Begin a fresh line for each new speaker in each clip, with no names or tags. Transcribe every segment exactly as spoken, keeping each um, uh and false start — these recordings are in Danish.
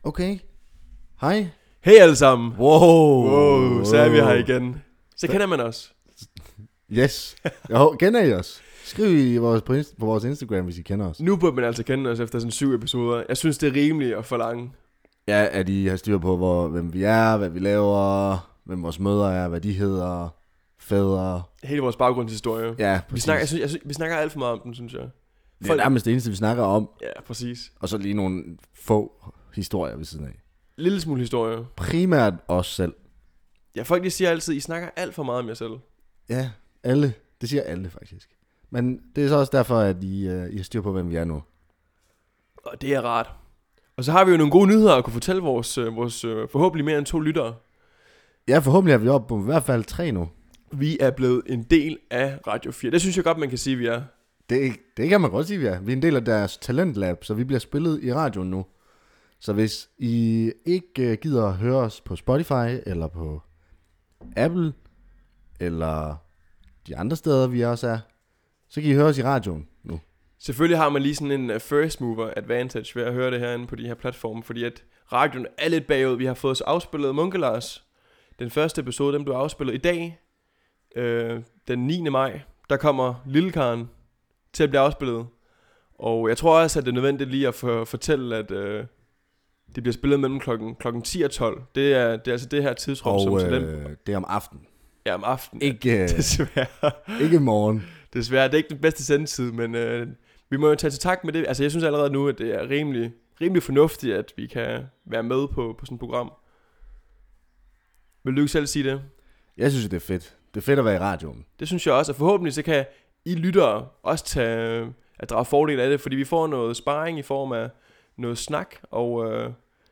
Okay. Hej.
Hey alle sammen.
Wow.
Wow, så er vi her igen. Så kender man os.
Yes. Jo, kender I os? Skriv i vores, på, Inst- på vores Instagram, hvis I kender os.
Nu burde man altså kende os efter sådan syv episoder. Jeg synes, det er rimeligt at forlange.
Ja, at I har styr på, hvor, hvem vi er, hvad vi laver, hvem vores mødre er, hvad de hedder, fædre.
Hele vores baggrundshistorie.
Ja,
Vi snakker, jeg synes, jeg synes, vi snakker alt for meget om den, synes jeg.
Det er nærmest det eneste, vi snakker om.
Ja, præcis.
Og så lige nogle få historier ved siden af.
Lille smule historie.
Primært os selv.
Ja, folk de siger altid, I snakker alt for meget om jer selv.
Ja, alle. Det siger alle faktisk. Men det er så også derfor, at I, uh, I har styr på, hvem vi er nu.
Og det er rart. Og så har vi jo nogle gode nyheder at kunne fortælle vores, øh, vores øh, forhåbentlig mere end to lyttere.
Ja, forhåbentlig er vi oppe på i hvert fald tre nu.
Vi er blevet en del af Radio fire. Det synes jeg godt, man kan sige, vi er.
Det, det kan man godt sige, vi er. Vi er en del af deres talentlab, så vi bliver spillet i radioen nu. Så hvis I ikke uh, gider at høre os på Spotify, eller på Apple, eller de andre steder, vi også er, så kan I høre os i radioen nu.
Selvfølgelig har man lige sådan en first mover advantage ved at høre det herinde på de her platforme, fordi at radioen er lidt bagud. Vi har fået så afspillet Munkelars. Den første episode, den blev afspillet i dag, øh, den niende maj. Der kommer Lillekaren til at blive afspillet. Og jeg tror også, at det er nødvendigt lige at for, fortælle, at øh, det bliver spillet mellem klokken, klokken ti og tolv. Det er, det er altså det her tidsrum,
Og
som til
øh,
den.
det er om aftenen.
Ja, om aftenen.
Ikke, øh,
Desværre.
ikke i morgen.
Desværre, det er ikke den bedste sendetid, men øh, vi må jo tage til takt med det. Altså jeg synes allerede nu, at det er rimelig, rimelig fornuftigt, at vi kan være med på, på sådan et program. Vil du ikke selv sige det?
Jeg synes, det er fedt. Det er fedt at være i radioen.
Det synes jeg også, og forhåbentlig så kan I lyttere også tage, at drage fordel af det, fordi vi får noget sparring i form af noget snak, og øh,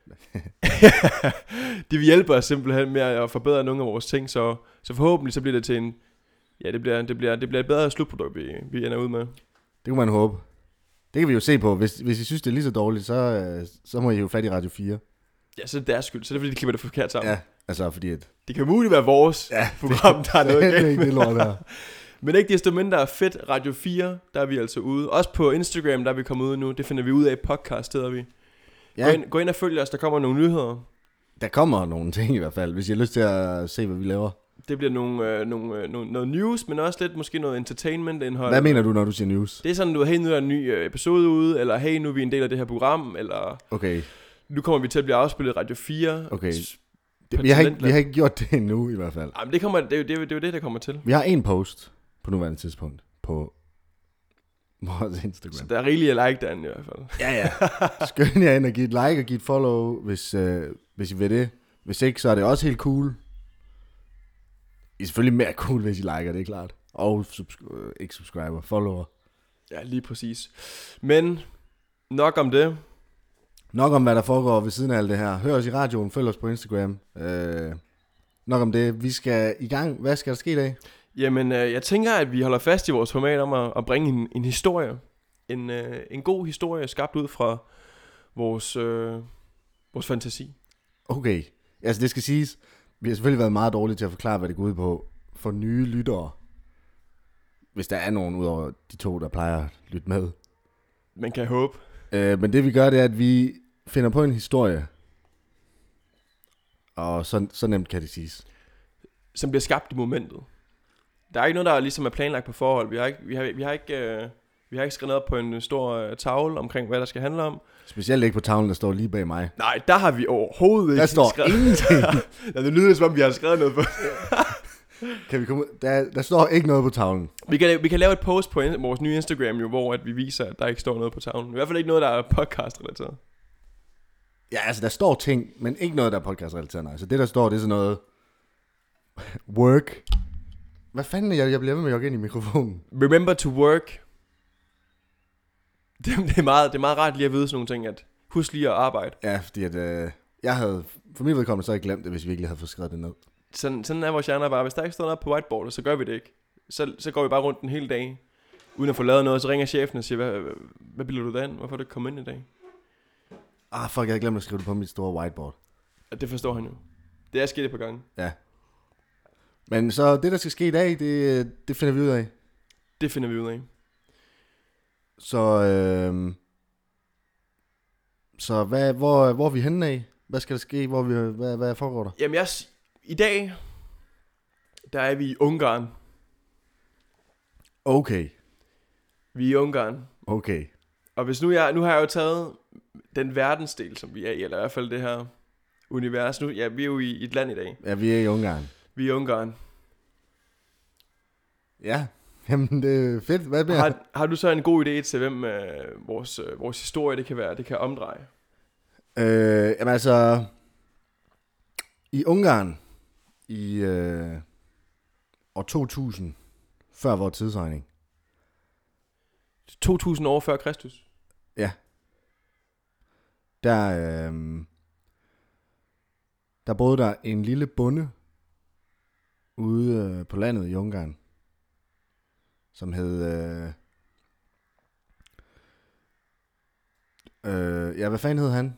det vil hjælpe os simpelthen med at forbedre nogle af vores ting, så, så forhåbentlig så bliver det til en, ja det bliver, det bliver, det bliver et bedre slutprodukt, vi, vi ender ud med.
Det kunne man håbe. Det kan vi jo se på. Hvis, hvis I synes, det er lige så dårligt, så, øh, så må I jo fat i Radio fire.
Ja, så er det deres skyld, så er det fordi, de klipper det forkert sammen.
Ja, altså fordi at...
Det kan muligt være vores
ja,
program, der er noget
det,
galt.
det er ikke det lort der.
Men ikke desto mindre fedt. Radio fire, der er vi altså ude. Også på Instagram, der er vi kommet ud nu. Det finder vi ud af i podcast, hedder vi.
Ja.
Gå, ind, gå ind og følg os, der kommer nogle nyheder.
Der kommer nogle ting i hvert fald, hvis I har lyst til at se, hvad vi laver.
Det bliver nogle, øh, nogle, øh, nogle, noget news, men også lidt måske noget entertainment-indhold.
Hvad mener du, når du siger news?
Det er sådan, du hey, nu er der en ny øh, episode ude, eller hey, nu er vi en del af det her program, eller
Okay.
nu kommer vi til at blive afspillet i Radio fire.
Okay. Det, vi, har ikke, vi har ikke gjort det endnu i hvert fald.
Ej, men det, kommer, det, er jo, det, er jo, det er jo det, der kommer til.
Vi har en post på nuværende tidspunkt på vores Instagram.
Så der er rigeligt at like derinde i hvert fald.
Ja, ja. Skøn jer ind og give et like og give et follow, hvis, øh, hvis I vil det. Hvis ikke, så er det også helt cool. I er selvfølgelig mere cool, hvis I liker, det er klart. Og subscri- øh, ikke subscriber, follower.
Ja, lige præcis. Men nok om det.
Nok om, hvad der foregår ved siden af alt det her. Hør os i radioen, følg os på Instagram. Øh, nok om det. Vi skal i gang. Hvad skal der ske i dag?
Jamen, øh, jeg tænker, at vi holder fast i vores format om at, at bringe en, en historie. En, øh, en god historie, skabt ud fra vores, øh, vores fantasi.
Okay. Altså, det skal siges. Vi har selvfølgelig været meget dårlige til at forklare, hvad det går ud på for nye lyttere. Hvis der er nogen udover de to, der plejer at lytte med.
Man kan håbe.
Øh, men det vi gør, det er, at vi finder på en historie. Og så, så nemt kan det siges.
Som bliver skabt i momentet. Der er ikke noget, der ligesom er planlagt på forhold. Vi har ikke, vi har, vi har ikke, øh, vi har ikke skrevet noget på en stor øh, tavle omkring, hvad der skal handle om.
Specielt ikke på tavlen, der står lige bag mig.
Nej, der har vi overhovedet ikke
Der står
skrevet.
ingenting.
Ja, det lyder som om, vi har skrevet noget på.
Kan vi komme ud? Der, der står ikke noget på tavlen.
Vi kan, vi kan lave et post på in- vores nye Instagram, jo, hvor at vi viser, at der ikke står noget på tavlen. I hvert fald ikke noget, der er podcast-relateret.
Ja, altså der står ting, men ikke noget, der er podcast-relateret. Nej. Så det, der står, det er sådan noget... Work. Hvad fanden er jeg? Jeg bliver ved med at jogge ind i mikrofonen.
Remember to work. Det, det, er meget, det er meget rart lige at vide sådan nogle ting, at husk lige at arbejde.
Ja, fordi at... Øh, jeg havde... For mit vedkommende så havde jeg glemt det, hvis vi virkelig havde fået skrevet det ned.
Sådan, sådan er vores hjerner bare. Hvis der ikke står noget på whiteboardet, så gør vi det ikke. Så, så går vi bare rundt den hele dag, uden at få lavet noget. Så ringer chefen og siger, hvad, hvad, hvad bilder du dig ind? Hvorfor er du ikke kommet ind i dag?
Ah, fuck, jeg havde glemt at skrive det på mit store whiteboard.
Og det forstår han jo. Det er sket på gang.
Ja. Men så det, der skal ske i dag, det, det finder vi ud af.
Det finder vi ud af.
Så, øh, Så hvad, hvor, hvor er vi henne af? Hvad skal der ske? Hvor vi, hvad, hvad foregår der?
Jamen, jeg, i dag, der er vi i Ungarn.
Okay.
Vi er i Ungarn.
Okay.
Og hvis nu jeg, nu har jeg jo taget den verdensdel, som vi er i, eller i hvert fald det her univers. Nu, ja, vi er jo i et land i dag.
Ja, vi er i Ungarn.
Vi er i Ungarn.
Ja, jamen det er fedt. Hvad mere?
Har, har du så en god idé til, hvem øh, vores, øh, vores historie det kan være, det kan omdreje?
Øh, jamen altså, i Ungarn, i øh, år to tusind, før vores tidsregning.
to tusind år før Kristus?
Ja. Der, øh, der boede der en lille bonde ude øh, på landet i Ungarn, som hed... Øh, øh, ja, hvad fanden hed han?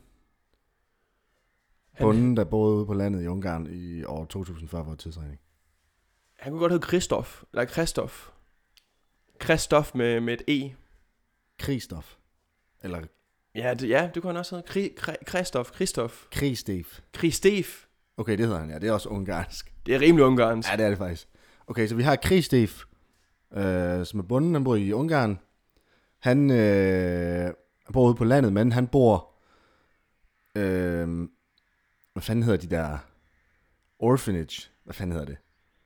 Han,
Bonden, der boede ude på landet i Ungarn i år to tusind før vores tidsregning.
han kunne godt hedde Kristof, eller Kristof. Kristof med, med et E.
Kristof. Eller
Ja, det, ja, det kunne han også hedde. Kri, Kri, Kristof, Kristof.
Kristef.
Kristef.
Okay, det hedder han, ja. Det er også ungarsk.
Det er rimelig ungarsk.
Ja, det er det faktisk. Okay, så vi har Kristef, øh, som er bunden, han bor i Ungarn. Han øh, bor ude på landet, men han bor... Øh, hvad fanden hedder de der... Orphanage. Hvad fanden hedder det?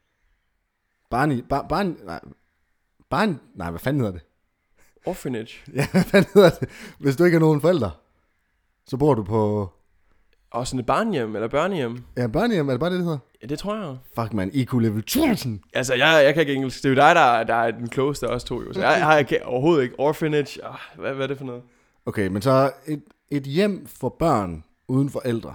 Barn... Bar, barn... Nej, barn... Nej, hvad fanden hedder det?
Orphanage.
Ja, hvad fanden hedder det? Hvis du ikke har nogen forældre, så bor du på...
Og sådan et barnhjem, eller børnehjem.
Ja, børnehjem, er det bare det, det hedder?
Ja, det tror jeg.
Fuck, man, I Q level tusind.
Altså, jeg, jeg kan ikke engelsk. Det er jo dig, der, der er den klogeste af os to, jo. Så jeg, jeg, jeg kan overhovedet ikke. Orphanage. Ah, hvad, hvad er det for noget?
Okay, men så et, et hjem for børn uden forældre.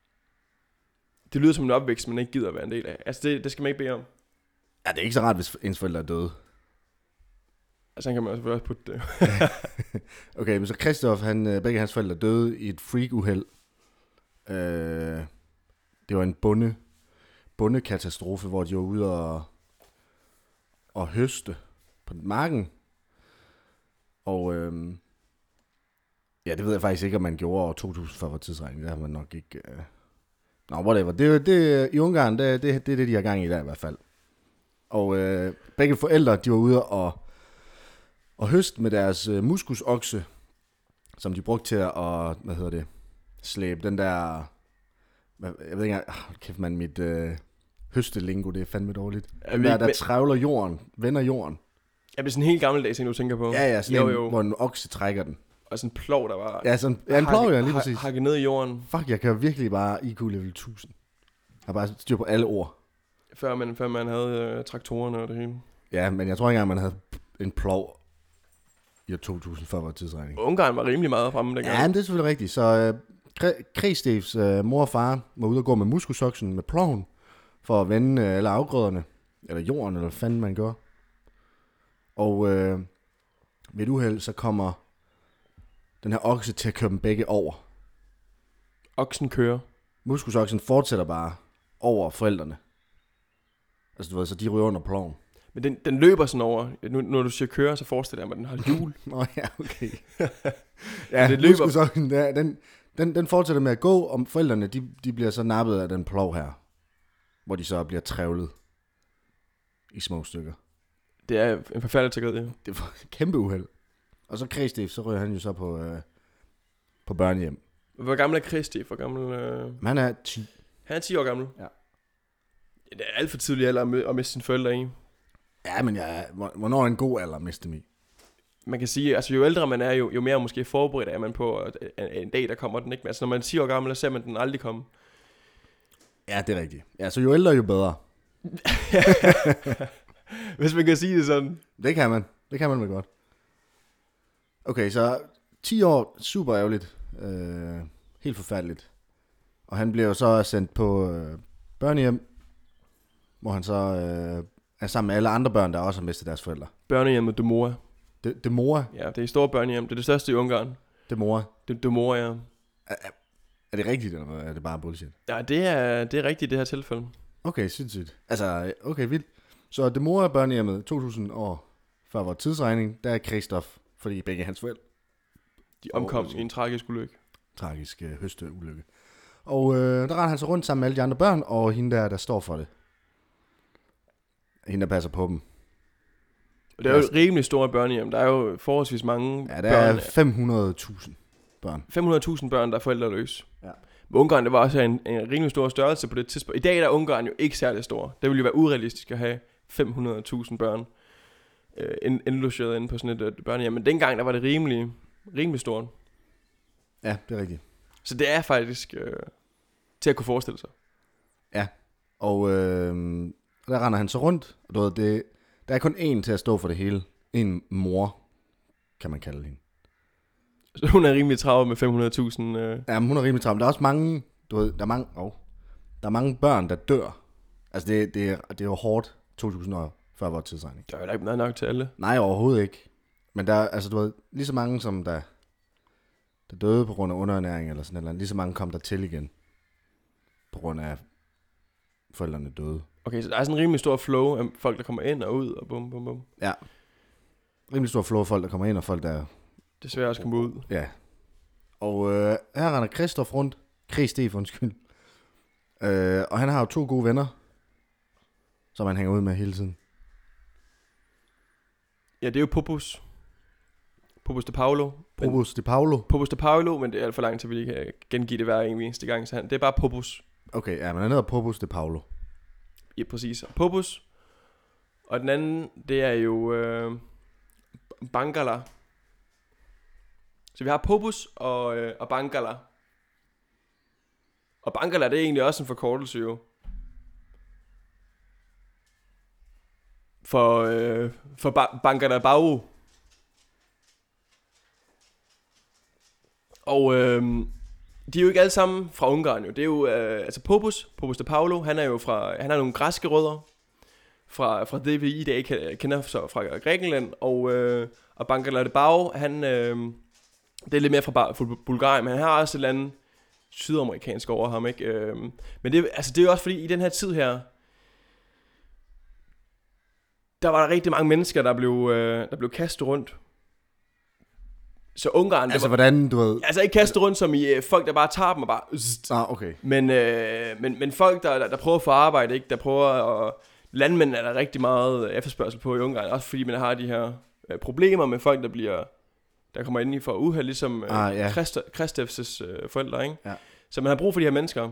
Det lyder som en opvækst, man ikke gider at være en del af. Altså, det, det skal man ikke bede om.
Ja, det er ikke så rart, hvis ens forældre er døde.
Altså, han kan man også også putte det.
Okay, men så Christoph, han, øh, begge hans forældre døde i et freak-uheld. Øh, det var en bonde, bondekatastrofe, hvor de var ude og, og høste på marken. Og øh, ja, det ved jeg faktisk ikke, om man gjorde over to tusind før for tidsregning. Det har man nok ikke... Øh... Nå, whatever. Det, det, I Ungarn, det, det, det er det, de har gang i der i hvert fald. Og øh, begge forældre, de var ude og, og høste med deres øh, muskusokse, som de brugte til at, hvad hedder det, slæbe den der, hvad, jeg ved ikke engang, oh, kæft man, mit øh, høstelingo, det er fandme dårligt.
Er
Den
vi
der,
ikke
der
med-
trævler jorden, vender jorden.
Ja, det er sådan en helt gammeldags ting, du tænker på.
Ja, ja, sådan
jo,
en,
jo.
hvor en okse trækker den.
Og sådan en plov, der var...
Ja, sådan, ja en plov, ja, lige
ha-
præcis.
Hakket ned i jorden,
Fuck, jeg kan virkelig bare I Q level tusind. Jeg har bare styr på alle ord.
før man, før man havde øh, traktorerne og det hele.
Ja, men jeg tror ikke engang, man havde en plov i år to tusind før vores tidsregning.
Ungarn var rimelig meget fremme dengang.
Ja, men det er selvfølgelig rigtigt. Så øh, Kristefs øh, mor og far var ude og gå med muskusoksen med ploven, for at vende øh, alle afgrøderne, eller jorden, eller hvad fanden man gør. Og øh, ved et uheld, så kommer den her okse til at køre dem begge over.
Oksen kører.
Muskusoksen fortsætter bare over forældrene. Altså du ved, så de ryger under ploven.
Men den, den løber sådan over. Nu, når du siger kører, så forestiller jeg mig, at den har hjul.
Nå ja, okay. ja,
det løber-
muskusoksen, ja, den, den, den fortsætter med at gå, og forældrene, de, de bliver så nappet af den plov her. Hvor de så bliver trævlet i små stykker.
Det er en forfærdelig tragedie.
Det var et kæmpe uheld. Og så Kristef, så ryger han jo så på, øh, på børnehjem.
Hvor gammel er Kristi? Hvor gammel... Øh...
Men han er ti.
Han er ti år gammel.
Ja.
Det er alt for tidligt alder at mø- at miste sine forældre i.
Ja, men jeg, hvornår er en god alder at miste dem i?
Man kan sige, altså jo ældre man er, jo, jo mere måske forberedt er man på, at en, en dag der kommer den ikke. Men altså når man er ti år gammel, så ser man den aldrig komme.
Ja, det er rigtigt. Ja, så jo ældre, jo bedre.
Hvis man kan sige det sådan.
Det kan man. Det kan man vel godt. Okay, så ti år, super ærgerligt. Øh, helt forfærdeligt. Og han bliver jo så sendt på øh, børnehjem, hvor han så øh, er sammen med alle andre børn, der også har mistet deres forældre.
Børnehjemmet Domora.
Det, det mor,
Ja, det er et stort børnehjem. Det er det største i Ungarn.
det mor.
Det Domora, ja.
Er, er, er det rigtigt, eller er det bare bullshit?
Ja, det er, det er rigtigt i det her tilfælde.
Okay, sindssygt. Altså, okay, vildt. Så det mor er børnehjemmet to tusind år før vores tidsregning, der er Kristof, fordi begge hans forældre.
De omkom
Åh,
i en tragisk ulykke.
tragisk øh, høsteulykke. Og øh, der render han så rundt sammen med alle de andre børn, og hende der, der står for det. Hende, der passer på dem.
Og det er jo et rimelig store børnehjem. Der er jo forholdsvis mange
Ja, der
børn.
er fem hundrede tusind børn.
fem hundrede tusind børn, der er forældreløse.
Ja.
Men Ungarn, det var også en, en rimelig stor størrelse på det tidspunkt. I dag er Ungarn jo ikke særlig stor. Det ville jo være urealistisk at have fem hundrede tusind børn øh, indlogeret inde på sådan et øh, børnehjem. Men dengang, der var det rimelig, rimelig stort.
Ja, det er rigtigt.
Så det er faktisk øh, til at kunne forestille sig.
Ja, og øh, der render han så rundt, og du ved, det, der er kun én til at stå for det hele. En mor, kan man kalde hende.
Så hun er rimelig travlt med fem hundrede tusind. Øh.
Ja, men hun er rimelig travlt. Der er også mange, du ved, der er mange, oh, der er mange børn, der dør. Altså, det, det, er, det er jo hårdt to tusind år før vores tidsregning.
Der er jo ikke meget nok til alle.
Nej, overhovedet ikke. Men der er, altså, du ved, lige så mange, som der, der døde på grund af underernæring eller sådan noget, lige så mange kom der til igen. På grund af forældrene døde.
Okay, så der er sådan en rimelig stor flow af folk, der kommer ind og ud og bum, bum, bum.
Ja. Rimelig stor flow af folk, der kommer ind, og folk, der...
Desværre også kommer ud.
Ja. Og øh, her render Christoph rundt. Christoph, undskyld. Øh, og han har jo to gode venner, som han hænger ud med hele tiden.
Ja, det er jo Popus. Popus de Paulo.
Popus de Paulo.
Popus de Paulo, men det er alt for langt til, vi lige kan gengive det hver eneste gang. Så han, det er bare Popus.
Okay, ja, men han hedder Popus de Paulo.
Ja, præcis. Popus. Og den anden, det er jo øh, Bangala. Så vi har Popus og, øh, og Bangala. Og Bangala, det er egentlig også en forkortelse jo. For, øh, for ba- Bangala Bau. Og øh, de er jo ikke alle sammen fra Ungarn jo. Det er jo, øh, altså Popus, Popus de Paulo, han er jo fra, han har nogle græske rødder. Fra, fra det vi i dag kender fra Grækenland. Og, øh, og Bangala Bau, han... Øh, det er lidt mere fra Bulgarien, men han har også et eller andet sydamerikansk over ham, ikke? Øhm, men det, altså, det er jo også fordi, i den her tid her, der var der rigtig mange mennesker, der blev, øh, der blev kastet rundt. Så Ungarn...
Altså,
var,
hvordan, du ved...
Altså, ikke kastet rundt som i øh, folk, der bare tager dem og bare...
Ah, okay.
Men, øh, men, men folk, der, der, der prøver at få arbejde, ikke? Der prøver at... Landmænd er der rigtig meget efterspørgsel på i Ungarn, også fordi man har de her øh, problemer med folk, der bliver... der kommer ind i for uheld, ligesom
ah, ja.
Christophs øh, forældre, ikke?
Ja.
Så man har brug for de her mennesker.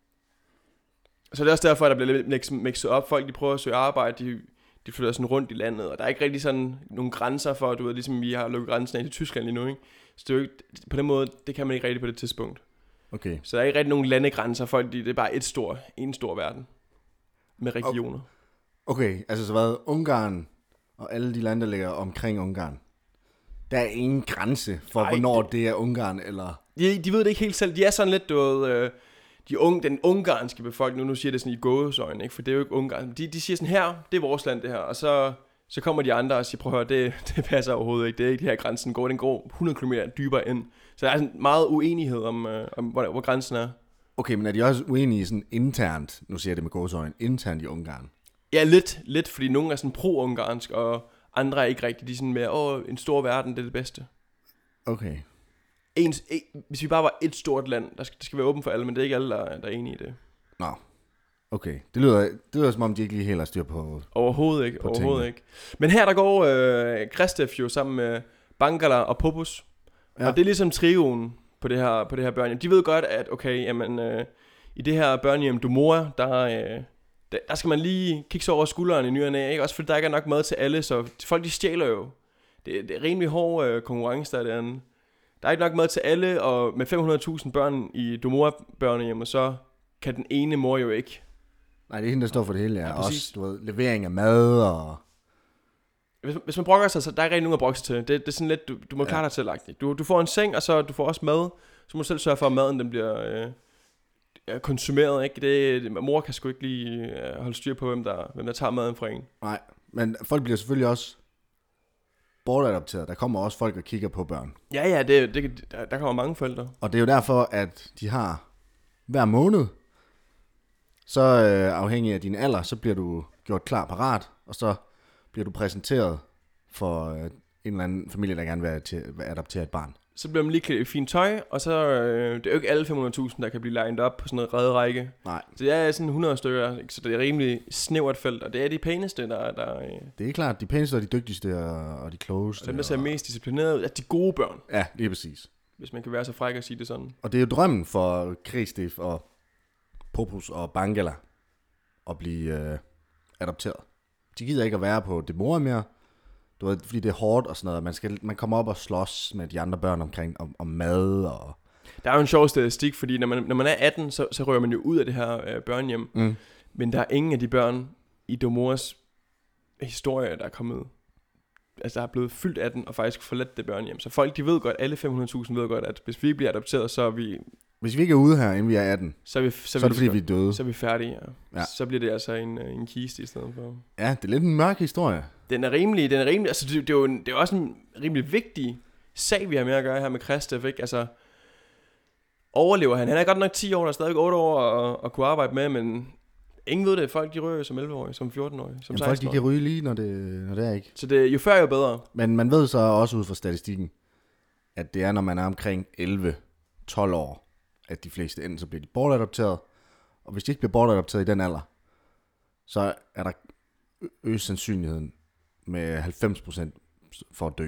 Så det er også derfor, at der bliver lidt mixet op. Folk, de prøver at søge arbejde, de, de flytter sådan rundt i landet, og der er ikke rigtig sådan nogle grænser for, du ved, ligesom vi har lukket grænsen af til Tyskland lige nu, ikke? Så det er jo ikke, på den måde, det kan man ikke rigtig på det tidspunkt.
Okay.
Så der er ikke rigtig nogen landegrænser, folk, de, det er bare et stor, en stor verden med regioner.
Okay, altså så hvad, Ungarn og alle de lande, der ligger omkring Ungarn, der er ingen grænse for, Ej, hvornår det, det er Ungarn, eller...
De, de ved det ikke helt selv. De er sådan lidt, du ved, øh, de unge, den ungarske befolkning, nu, nu siger det sådan i gåsøjne, ikke? For det er jo ikke Ungarn. De, de siger sådan, her, det er vores land, det her. Og så, så kommer de andre og siger, prøv at høre, det, det passer overhovedet ikke. Det er ikke det her, grænsen går. Den går hundrede kilometer dybere ind. Så der er sådan meget uenighed om, øh, om hvor, hvor grænsen er.
Okay, men er de også uenige sådan internt, nu siger jeg det med gåsøjne, internt i Ungarn?
Ja, lidt, lidt, fordi nogle er sådan pro-ungarsk, og andre er ikke rigtigt. De er sådan mere, åh, en stor verden, det er det bedste.
Okay.
En, en, hvis vi bare var et stort land, der skal, det skal være åbent for alle, men det er ikke alle, der, der er enige i det.
Nå, okay. Det lyder, det lyder som om, de ikke lige helt har styr på...
Overhovedet ikke,
på
overhovedet
tingene.
ikke. Men her der går øh, Christoph jo sammen med Bangala og Popus. Ja. Og det er ligesom trioen på det her, på det her børnehjem. De ved godt, at okay, jamen, øh, i det her børnehjem Domora, der, øh, der, der skal man lige kigge sig over skulderen i ny og næ, ikke? Også fordi der ikke er nok mad til alle, så folk de stjæler jo. Det, det er rimelig hård øh, konkurrence der derinde. Der er ikke nok mad til alle, og med fem hundrede tusind børn i Domora-børnehjem, så kan den ene mor jo ikke.
Nej, det er hende, der står for det hele, ja.
Ja,
også, du ved, levering af mad og...
Hvis, hvis man brokker sig, så der er ikke rigtig nogen at brokke sig til. Det, det er sådan lidt, du, du må klare dig til lagt. Du, du får en seng, og så du får også mad. Så må du selv sørge for, at maden den bliver øh, konsumeret, ikke? Det, det, mor kan sgu ikke lige øh, holde styr på, hvem der, hvem der tager maden fra en.
Nej, men folk bliver selvfølgelig også bortadopteret. Der kommer også folk og kigger på børn.
Ja, ja, det, det, der, der kommer mange forældre.
Og det er jo derfor, at de har hver måned, så øh, afhængig af din alder, så bliver du gjort klar parat, og så bliver du præsenteret for øh, en eller anden familie, der gerne vil, til, vil adoptere et barn.
så bliver man lige klædt i fint tøj, og så øh, det er jo ikke alle fem hundrede tusind, der kan blive lined op på sådan en redderække.
Nej.
Så det er sådan hundrede stykker, ikke? Så det er rimelig snævert felt, og det er de pæneste, der... der øh,
Det er klart, de pæneste og de dygtigste og, og de klogeste.
og dem, der ser mest disciplineret ud, er de gode børn,
Ja, lige præcis.
hvis man kan være så fræk at sige det sådan.
Og det er jo drømmen for Kristoff og Popus og Bangala at blive øh, adopteret. De gider ikke at være på det mor mere, du ved, fordi det er hårdt og sådan noget. Man, skal, man kommer op og slås med de andre børn omkring om, om mad og...
Der er jo en sjov statistik, fordi når man, når man er atten, så, så rører man jo ud af det her øh, børnehjem.
Mm.
Men der er ingen af de børn i Domors historie, der er kommet... Altså, der er blevet fyldt atten og faktisk forladt det børnehjem. Så folk, de ved godt, alle fem hundrede tusind ved godt, at hvis vi bliver adopteret, så er vi...
Hvis vi ikke er ude her, inden vi er atten,
Så er, vi, så,
så, så er det fordi, vi er døde.
Så er vi færdige, ja.
Ja.
Så bliver det altså en, øh, en kiste i stedet for.
Ja, det er lidt en mørk historie.
Den er rimelig, den er rimelig, altså det, det er jo en, det er også en rimelig vigtig sag, vi har med at gøre her med Kristoff, ikke? Altså, overlever han? Han er godt nok ti år, der er stadig otte år at, at kunne arbejde med, men ingen ved det. Folk, de rører som elleve-årige, som fjorten-årige, som
Jamen, folk de
seksten-årige.
kan ryge lige, når det, når det er ikke.
Så det, jo før, jo bedre.
Men man ved så også ud fra statistikken, at det er, når man er omkring elleve tolv år, at de fleste enten så bliver de bortadopteret, og hvis de ikke bliver bortadopteret i den alder, så er der øget sandsynligheden med halvfems procent for at dø.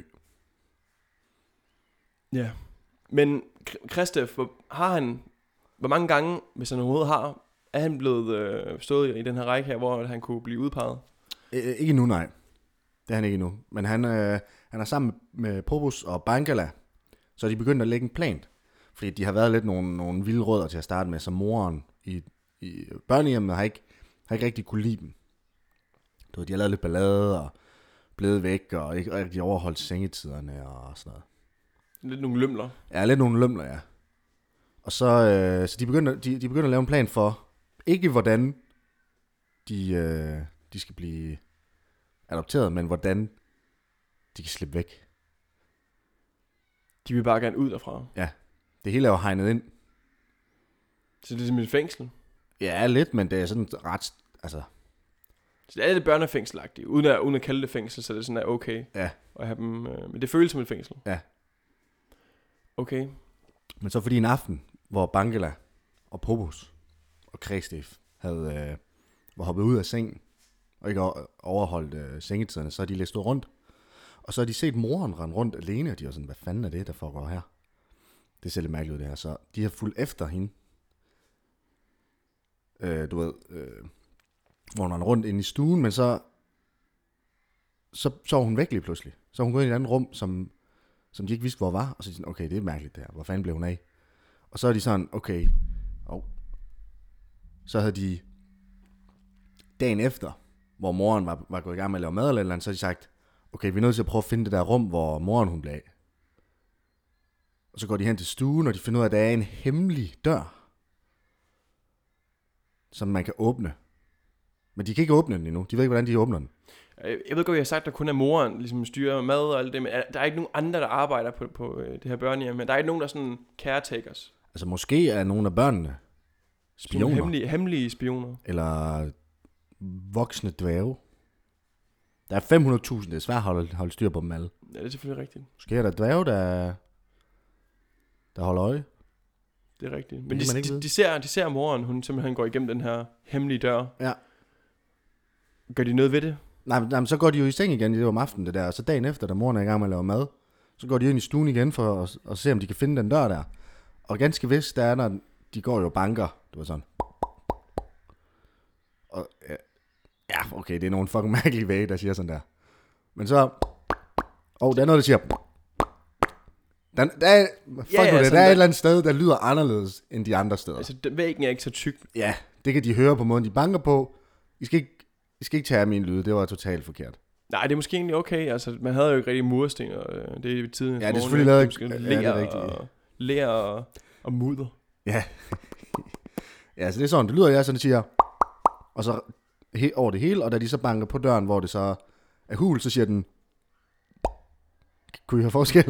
Ja. Men Kristoff, hvor, har han, hvor mange gange, hvis han overhovedet har, er han blevet øh, stået i den her række her, hvor han kunne blive udpeget?
Øh, ikke nu, nej. Det er han ikke endnu. Men han, øh, han er sammen med Popus og Bangala, så er de begyndt at lægge en plan. Fordi de har været lidt nogle, nogle vilde rødder til at starte med, så moren i, i børnehjemmet har ikke, har ikke rigtig kunne lide dem. Du ved, de har lavet lidt ballade og blevet væk, og ikke rigtig overholdt sengetiderne og sådan noget.
Lidt nogle lømler.
Ja, lidt nogle lømler, ja. Og så, øh, så de, begynder, de, de begynder at lave en plan for, ikke hvordan de, øh, de skal blive adopteret, men hvordan de kan slippe væk.
De vil bare gerne ud derfra.
Ja, det hele er jo hegnet ind.
Så det er simpelthen et fængsel.
Ja, lidt, men det er sådan ret, altså...
Så det er lidt børnefængselagtigt. Uden at, uden at kalde det fængsel, så det er sådan, at okay
Ja.
at have dem... Øh, men det føles som et fængsel.
Ja.
Okay.
Men så fordi en aften, hvor Bangala og Popus og Kristoff havde, øh, var hoppet ud af sengen, og ikke overholdt øh, sengetiderne, så har de læst rundt. Og så har de set moren rende rundt alene, og de var sådan, hvad fanden er det, der foregår her? Det ser lidt mærkeligt ud, det her. Så de har fulgt efter hende. Øh, du ved, øh, hvor hun rendte rundt inde i stuen, men så, så, så var hun væk lige pludselig. Så var hun gået ind i et andet rum, som, som de ikke vidste, hvor var. Og så er de sådan, okay, det er mærkeligt det her. Hvor fanden blev hun af? Og så er de sådan, okay. Og så havde de dagen efter, hvor moren var, var gået i gang med at lave mad eller eller andet, så havde de sagt, okay, vi er nødt til at prøve at finde det der rum, hvor moren hun blev af. Og så går de hen til stuen, og de finder ud af, at der er en hemmelig dør, som man kan åbne. Men de kan ikke åbne den endnu. De ved ikke, hvordan de åbner den.
Jeg ved godt, jeg har sagt, at der kun er moren, ligesom styrer mad og alt det, men der er ikke nogen andre, der arbejder på, på det her børnehjem, men der er ikke nogen, der er sådan caretakers.
Altså måske er nogle af børnene spioner.
Hemmelige, hemmelige spioner.
Eller voksne dværge. Der er fem hundrede tusind, det er svært at holde, holde styr på dem alle.
Ja, det er selvfølgelig rigtigt.
Måske er der dværge, der, der holder øje.
Det er rigtigt. Men
Det
de,
kan man ikke
de,
vide.
de, ser, de ser moren, hun simpelthen går igennem den her hemmelige dør.
Ja.
Gør de noget ved det?
Nej, men, nej, men så går de jo i seng igen, det var om aftenen det der. Og så dagen efter, da moren er i gang med at lave mad, så går de ind i stuen igen for at, at se, om de kan finde den dør der. Og ganske vist, der er der, de går jo banker, du ved sådan. Og ja, ja, okay, det er nogle fucking mærkelige vægge, der siger sådan der. Men så, og der er noget, der siger, der, der er, fuck
Ja, ja,
nu det,
sådan
der er
der.
et eller andet sted, der lyder anderledes end de andre steder.
Altså, den, væggen er ikke så tyk.
Ja, det kan de høre på måden, de banker på. I skal ikke, I skal ikke tage af min lyde, det var totalt forkert.
Nej, det er måske egentlig okay. Altså, man havde jo ikke rigtig mursten, og øh, det er i tiden.
Ja, det er selvfølgelig lavet
ikke.
ikke-
Ja,
ja, det er
ler
rigtigt.
og, ler og, og mudder.
Ja. Ja, så det er sådan, det lyder, jeg sådan, det siger, og så he, over det hele, og da de så banker på døren, hvor det så er hul, så siger den, kunne I høre forskel?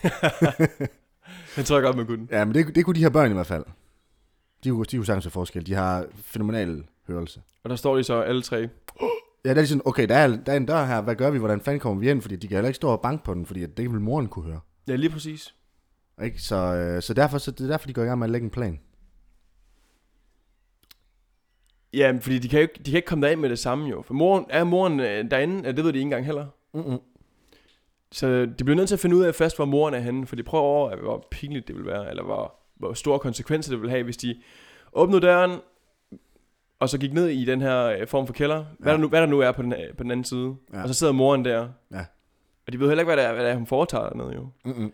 Jeg tror godt, man kunne.
Ja, men det, det kunne de her børn i hvert fald. De kunne, de kunne sagtens høre forskel. De har fænomenal hørelse.
Og der står de så alle tre.
Ja, der er de sådan, okay, der er, der er en dør her, hvad gør vi, hvordan fanden kommer vi ind? Fordi de kan heller ikke stå og banke på den, fordi det kan vel moren kunne høre.
Ja, lige præcis.
Ikke? Så, øh, så, derfor, så det er derfor, de går i gang med at lægge en plan.
Ja, fordi de kan, jo ikke, de kan ikke komme derind med det samme jo. For moren, er moren øh, derinde? Det ved de ikke engang heller.
Mm-mm.
Så de bliver nødt til at finde ud af først, hvor moren er henne. For de prøver over, hvor pinligt det vil være, eller hvor, hvor store konsekvenser det vil have, hvis de åbnede døren, og så gik ned i den her øh, form for kælder. Hvad,
Ja.
der nu, hvad der nu er på den, på den anden side.
Ja.
Og så sidder moren der.
Ja.
Og de ved heller ikke, hvad det er, hvad det er hun foretager dernede jo.
Mm-mm.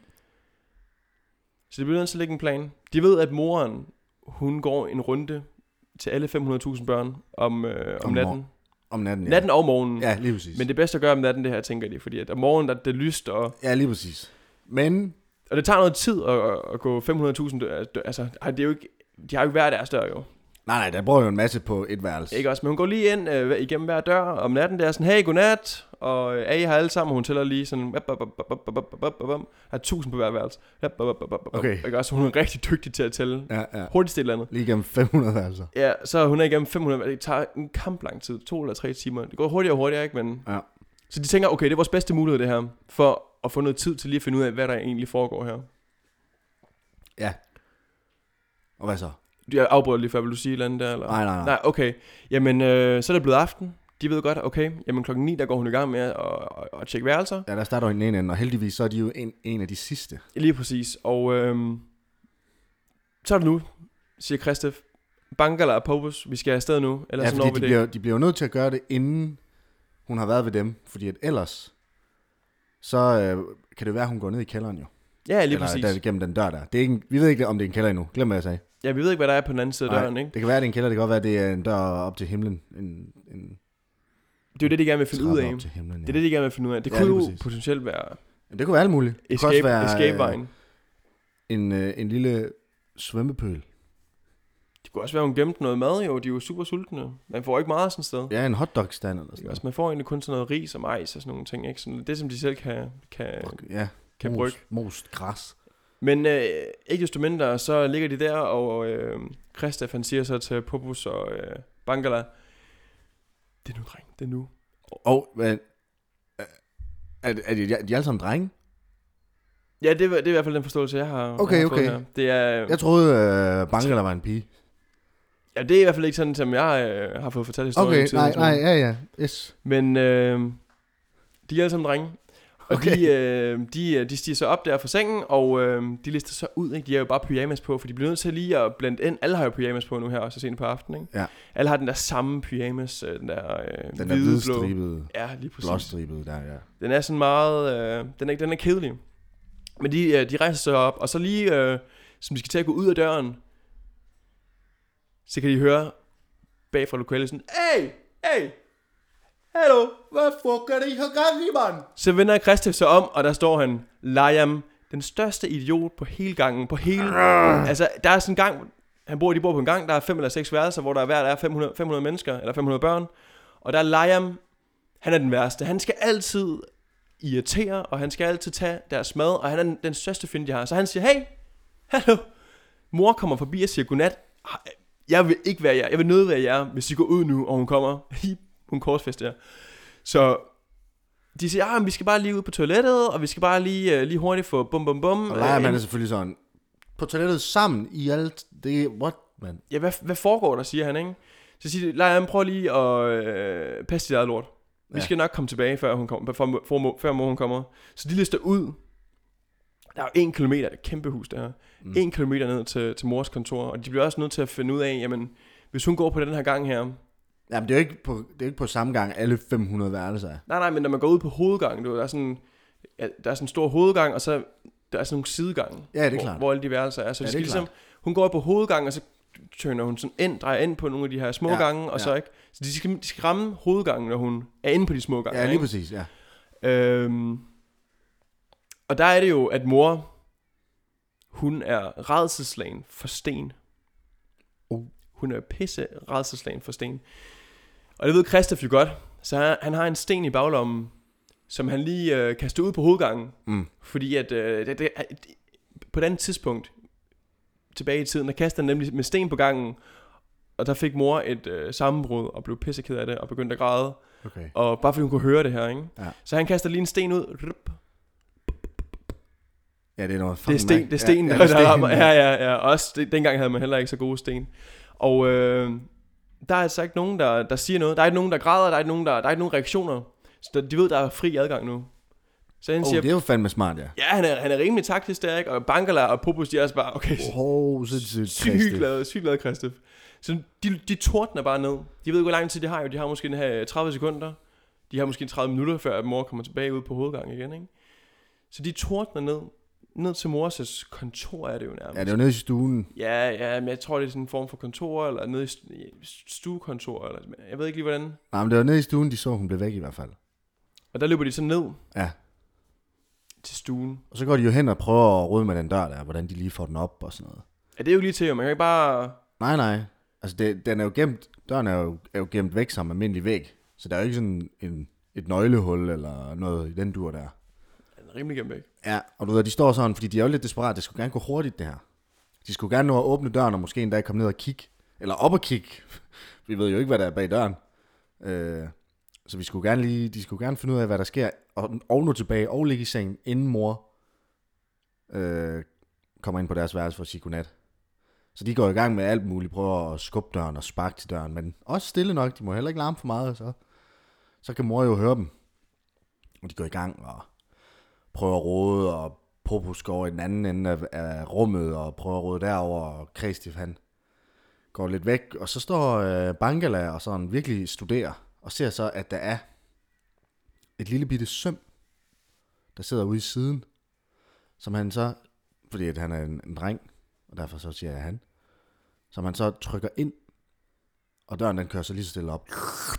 Så de bliver nødt til at lægge en plan. De ved, at moren, hun går en runde til alle fem hundrede tusind børn om, øh, om,
Om
natten.
mor- Om natten, ja.
Natten og morgenen.
Ja, lige præcis.
Men det er bedst at gøre om natten, det her, tænker de. Fordi at om morgenen, der er det lyst, og,
Ja, lige præcis. Men...
og det tager noget tid at, at gå fem hundrede tusind dør. Altså, ej, det er jo ikke, de har jo ikke hver deres dør, jo.
Nej, nej, der bruger jo en masse på et værelse.
Ikke også? Men hun går lige ind øh, igennem hver dør om natten. Det er sådan, hey, godnat. Og øh, A har alle sammen, hun tæller lige sådan, der er tusind på hver værelse.
Okay.
Ikke også? Hun er rigtig dygtig til at tælle.
Ja, ja.
Hurtigst et eller andet.
Lige igennem fem hundrede værelser.
Ja, så hun er igennem fem hundrede. Det tager en kamp lang tid. To eller tre timer. Det går hurtigere og hurtigere, ikke? Men...
Ja.
Så de tænker, okay, det er vores bedste mulighed, det her. For at få noget tid til lige at finde ud af, hvad der egentlig foregår her.
Ja. Og hvad så?
Jeg afbryder lige før, vil du sige et eller andet der? Eller?
Nej, nej, nej.
Nej, okay. Jamen, øh, så er det blevet aften. De ved godt, okay, jamen klokken ni, der går hun i gang med at, at, at tjekke værelser.
Ja, der starter hun i en ende, og heldigvis så er de jo en, en af de sidste.
Lige præcis. Og øh, så er det nu, siger Christoph. Bankala og Popus, vi skal afsted nu. Ellers
Ja,
så når
fordi
vi
de
det.
bliver, de bliver jo nødt til at gøre det, inden hun har været ved dem. Fordi at ellers, så øh, kan det være, at hun går ned i kælderen jo.
Ja, lige
Eller
præcis.
der, gennem den dør der. Det er ikke, vi ved ikke, om det er en kælder endnu. Glem, hvad jeg sagde.
Ja, vi ved ikke, hvad der er på den anden side af døren, ikke?
Det kan være, at det er en kælder. Det kan godt være, at det er en dør op til himlen. En, en
Det er jo det, de gerne vil finde ud
trappe
af.
op til himlen, ja.
Det er det, de gerne vil finde ud af. Det
Ja,
kunne
lige
jo
præcis.
potentielt være
Men det kunne være alt muligt. Det kunne
escape,
også være
escape-vejen.
en, øh, en lille svømmepøl.
Det kunne også være, hun gemte noget mad, jo. De er jo super sultne. Man får ikke meget sådan et sted.
Ja, en hotdog-stand eller sådan
Ikke
noget.
også, man får egentlig kun sådan noget ris og majs og sådan nogle ting, ikke? Sådan det, som de selv kan, kan,
Ja,
kan
mos,
brygge.
most græs.
Men øh, ikke desto mindre, så ligger de der, og øh, Christoph, han siger så til Popus og øh, Bankala, det er nu, dreng, det er nu.
Og, men, er, er, de, er de alle sammen drenge?
Ja, det, er- det er i hvert fald den forståelse, jeg har,
Okay,
jeg har fået
okay.
her. Det er,
Jeg troede, øh, Bankala var en pige.
ja, det er i hvert fald ikke sådan, som jeg øh, har fået fortalt historien.
Okay,
til,
nej,
sådan.
nej, ja, ja, yes.
Men øh, de er alle sammen drenge. Og
Okay.
de, øh, de, de stiger så op der fra sengen, og øh, de lister så ud, ikke? De har jo bare pyjamas på, for de bliver nødt til lige at blende ind. Alle har jo pyjamas på nu her, også sent på aftenen, ikke?
Ja.
Alle har den der samme pyjamas, øh, den der øh,
Den der
hvide, blå.
hvidstribede,
Ja, lige præcis.
blåstribede der, ja.
Den er sådan meget, øh, den, er, den er kedelig. Men de, øh, de rejser sig op, og så lige, øh, som de skal til at gå ud af døren, så kan de høre bag fra lokalet sådan, hey, hey, hallo,
Hvad fuck er det, I har gang i, mand?
så vender Christoph sig om, og der står han, Liam, den største idiot på hele gangen, på hele, altså der er sådan en gang, han bor, de bor på en gang, der er fem eller seks værelser, hvor der er hver der er fem hundrede, fem hundrede mennesker, eller fem hundrede børn, og der er Liam, han er den værste, han skal altid irritere, og han skal altid tage deres mad, og han er den, den største fjende, de har, så han siger, hey, hallo, mor kommer forbi og siger godnat, jeg vil ikke være jer, jeg vil nødt være jer, hvis I går ud nu, og hun kommer, hun korsfester jer. Så de siger, ja, vi skal bare lige ud på toilettet, og vi skal bare lige, uh, lige hurtigt få bum bum bum.
Og leger man er selvfølgelig sådan, på toilettet sammen i alt, det er, what, man?
Ja, hvad, hvad foregår der, siger han, ikke? Så siger de, Leia, prøv lige at øh, passe dit eget lort. Vi
Ja.
skal nok komme tilbage, før, hun kommer, før, før, før mor hun kommer. Så de lister ud. Der er jo en kilometer, et kæmpe hus der. Mm. En kilometer ned til, til mors kontor, og de bliver også nødt til at finde ud af, jamen, hvis hun går på den her gang her.
Jamen, det er jo ikke på, det er ikke på samme gang, alle fem hundrede værelser er.
Nej, nej, men når man går ud på hovedgangen, du, ved, der er sådan, ja, der er sådan en stor hovedgang, og så der er sådan nogle sidegange,
Ja, det er
hvor,
klart.
hvor alle de værelser er. Så
Ja,
de
det er
skal ligesom,
klart.
hun går på hovedgangen, og så tøner hun sådan ind, drejer ind på nogle af de her små
Ja,
gange, og
ja.
så ikke. Så de skal, de skal ramme hovedgangen, når hun er inde på de små gange.
Ja, lige
ikke?
præcis, ja.
Øhm, og der er det jo, at mor, hun er rædselslagen for sten.
Uh.
Hun er pisse rædselslagen for sten. Og det ved Christoph jo godt. Så han, han har en sten i baglommen, som han lige øh, kaster ud på hovedgangen.
Mm.
Fordi at øh, det, det, på et andet tidspunkt, tilbage i tiden, der kastede han nemlig med sten på gangen. Og der fik mor et øh, sammenbrud og blev pisseked af det og begyndte at græde.
Okay.
Og bare fordi hun kunne høre det her, ikke?
Ja.
Så han kaster lige en sten ud.
Ja, det er noget
Det er sten, det er sten,
ja,
der,
ja, det er
der
sten,
rammer.
ja.
Ja, ja, ja. Også det, dengang havde man heller ikke så gode sten. Og øh, der er altså ikke nogen, der, der siger noget. Der er ikke nogen, der græder. Der er ikke nogen, der, der er ikke nogen reaktioner. Så der, de ved, der er fri adgang nu. Så han
Oh,
siger,
det er jo fandme smart, ja.
ja, han er, han er rimelig taktisk der, ikke? Og Bangala og Popos, de er også bare, okay,
Oh, sindssygt.
sygt glade, sygt glade, Christoph. Så de, de tordner bare ned. De ved ikke, hvor lang tid de har jo. De har måske den her tredive sekunder. De har måske tredive minutter, før mor kommer tilbage ud på hovedgangen igen, ikke? Så de tordner ned. Ned til mors kontor er det jo nærmest.
Ja, det er jo nede i stuen.
Ja, ja, men jeg tror, det er sådan en form for kontor, eller nede i stuekontor, eller jeg ved ikke lige, hvordan.
Nej, men det var nede i stuen, de så, hun blev væk i hvert fald.
Og der løber de så ned
Ja.
til stuen.
Og så går de jo hen og prøver at rode med den dør der, hvordan de lige får den op og sådan noget.
Ja, det er jo lige til, jo. Man kan ikke bare...
Nej, nej. Altså, det, den er jo gemt, døren er jo, er jo gemt væk som almindelig væg. Så der er jo ikke sådan en, et nøglehul eller noget i den dur der.
Den er rimelig gemt væk.
Ja, og du ved, de står sådan, fordi de er jo lidt desperate. Det skulle gerne gå hurtigt, det her. De skulle gerne nå at åbne døren, og måske endda komme ned og kigge. Eller op og kigge. Vi ved jo ikke, hvad der er bag døren. Øh, så vi skulle gerne lige, de skulle gerne finde ud af, hvad der sker. Og, og nå tilbage og ligge i sengen, inden mor øh, kommer ind på deres værelse for at sige godnat. Så de går i gang med alt muligt. Prøver at skubbe døren og sparke til døren. Men også stille nok. De må heller ikke larme for meget. Så, så kan mor jo høre dem. Og de går i gang og prøver at rode, og Popos går i den anden ende af, af rummet, og prøver at rode derover, og Christoph, han går lidt væk, og så står øh, Bangala og sådan virkelig studerer, og ser så, at der er et lille bitte søm, der sidder ude i siden, som han så, fordi at han er en, en dreng, og derfor så siger jeg han, som han så trykker ind, og døren den kører så lige så stille op.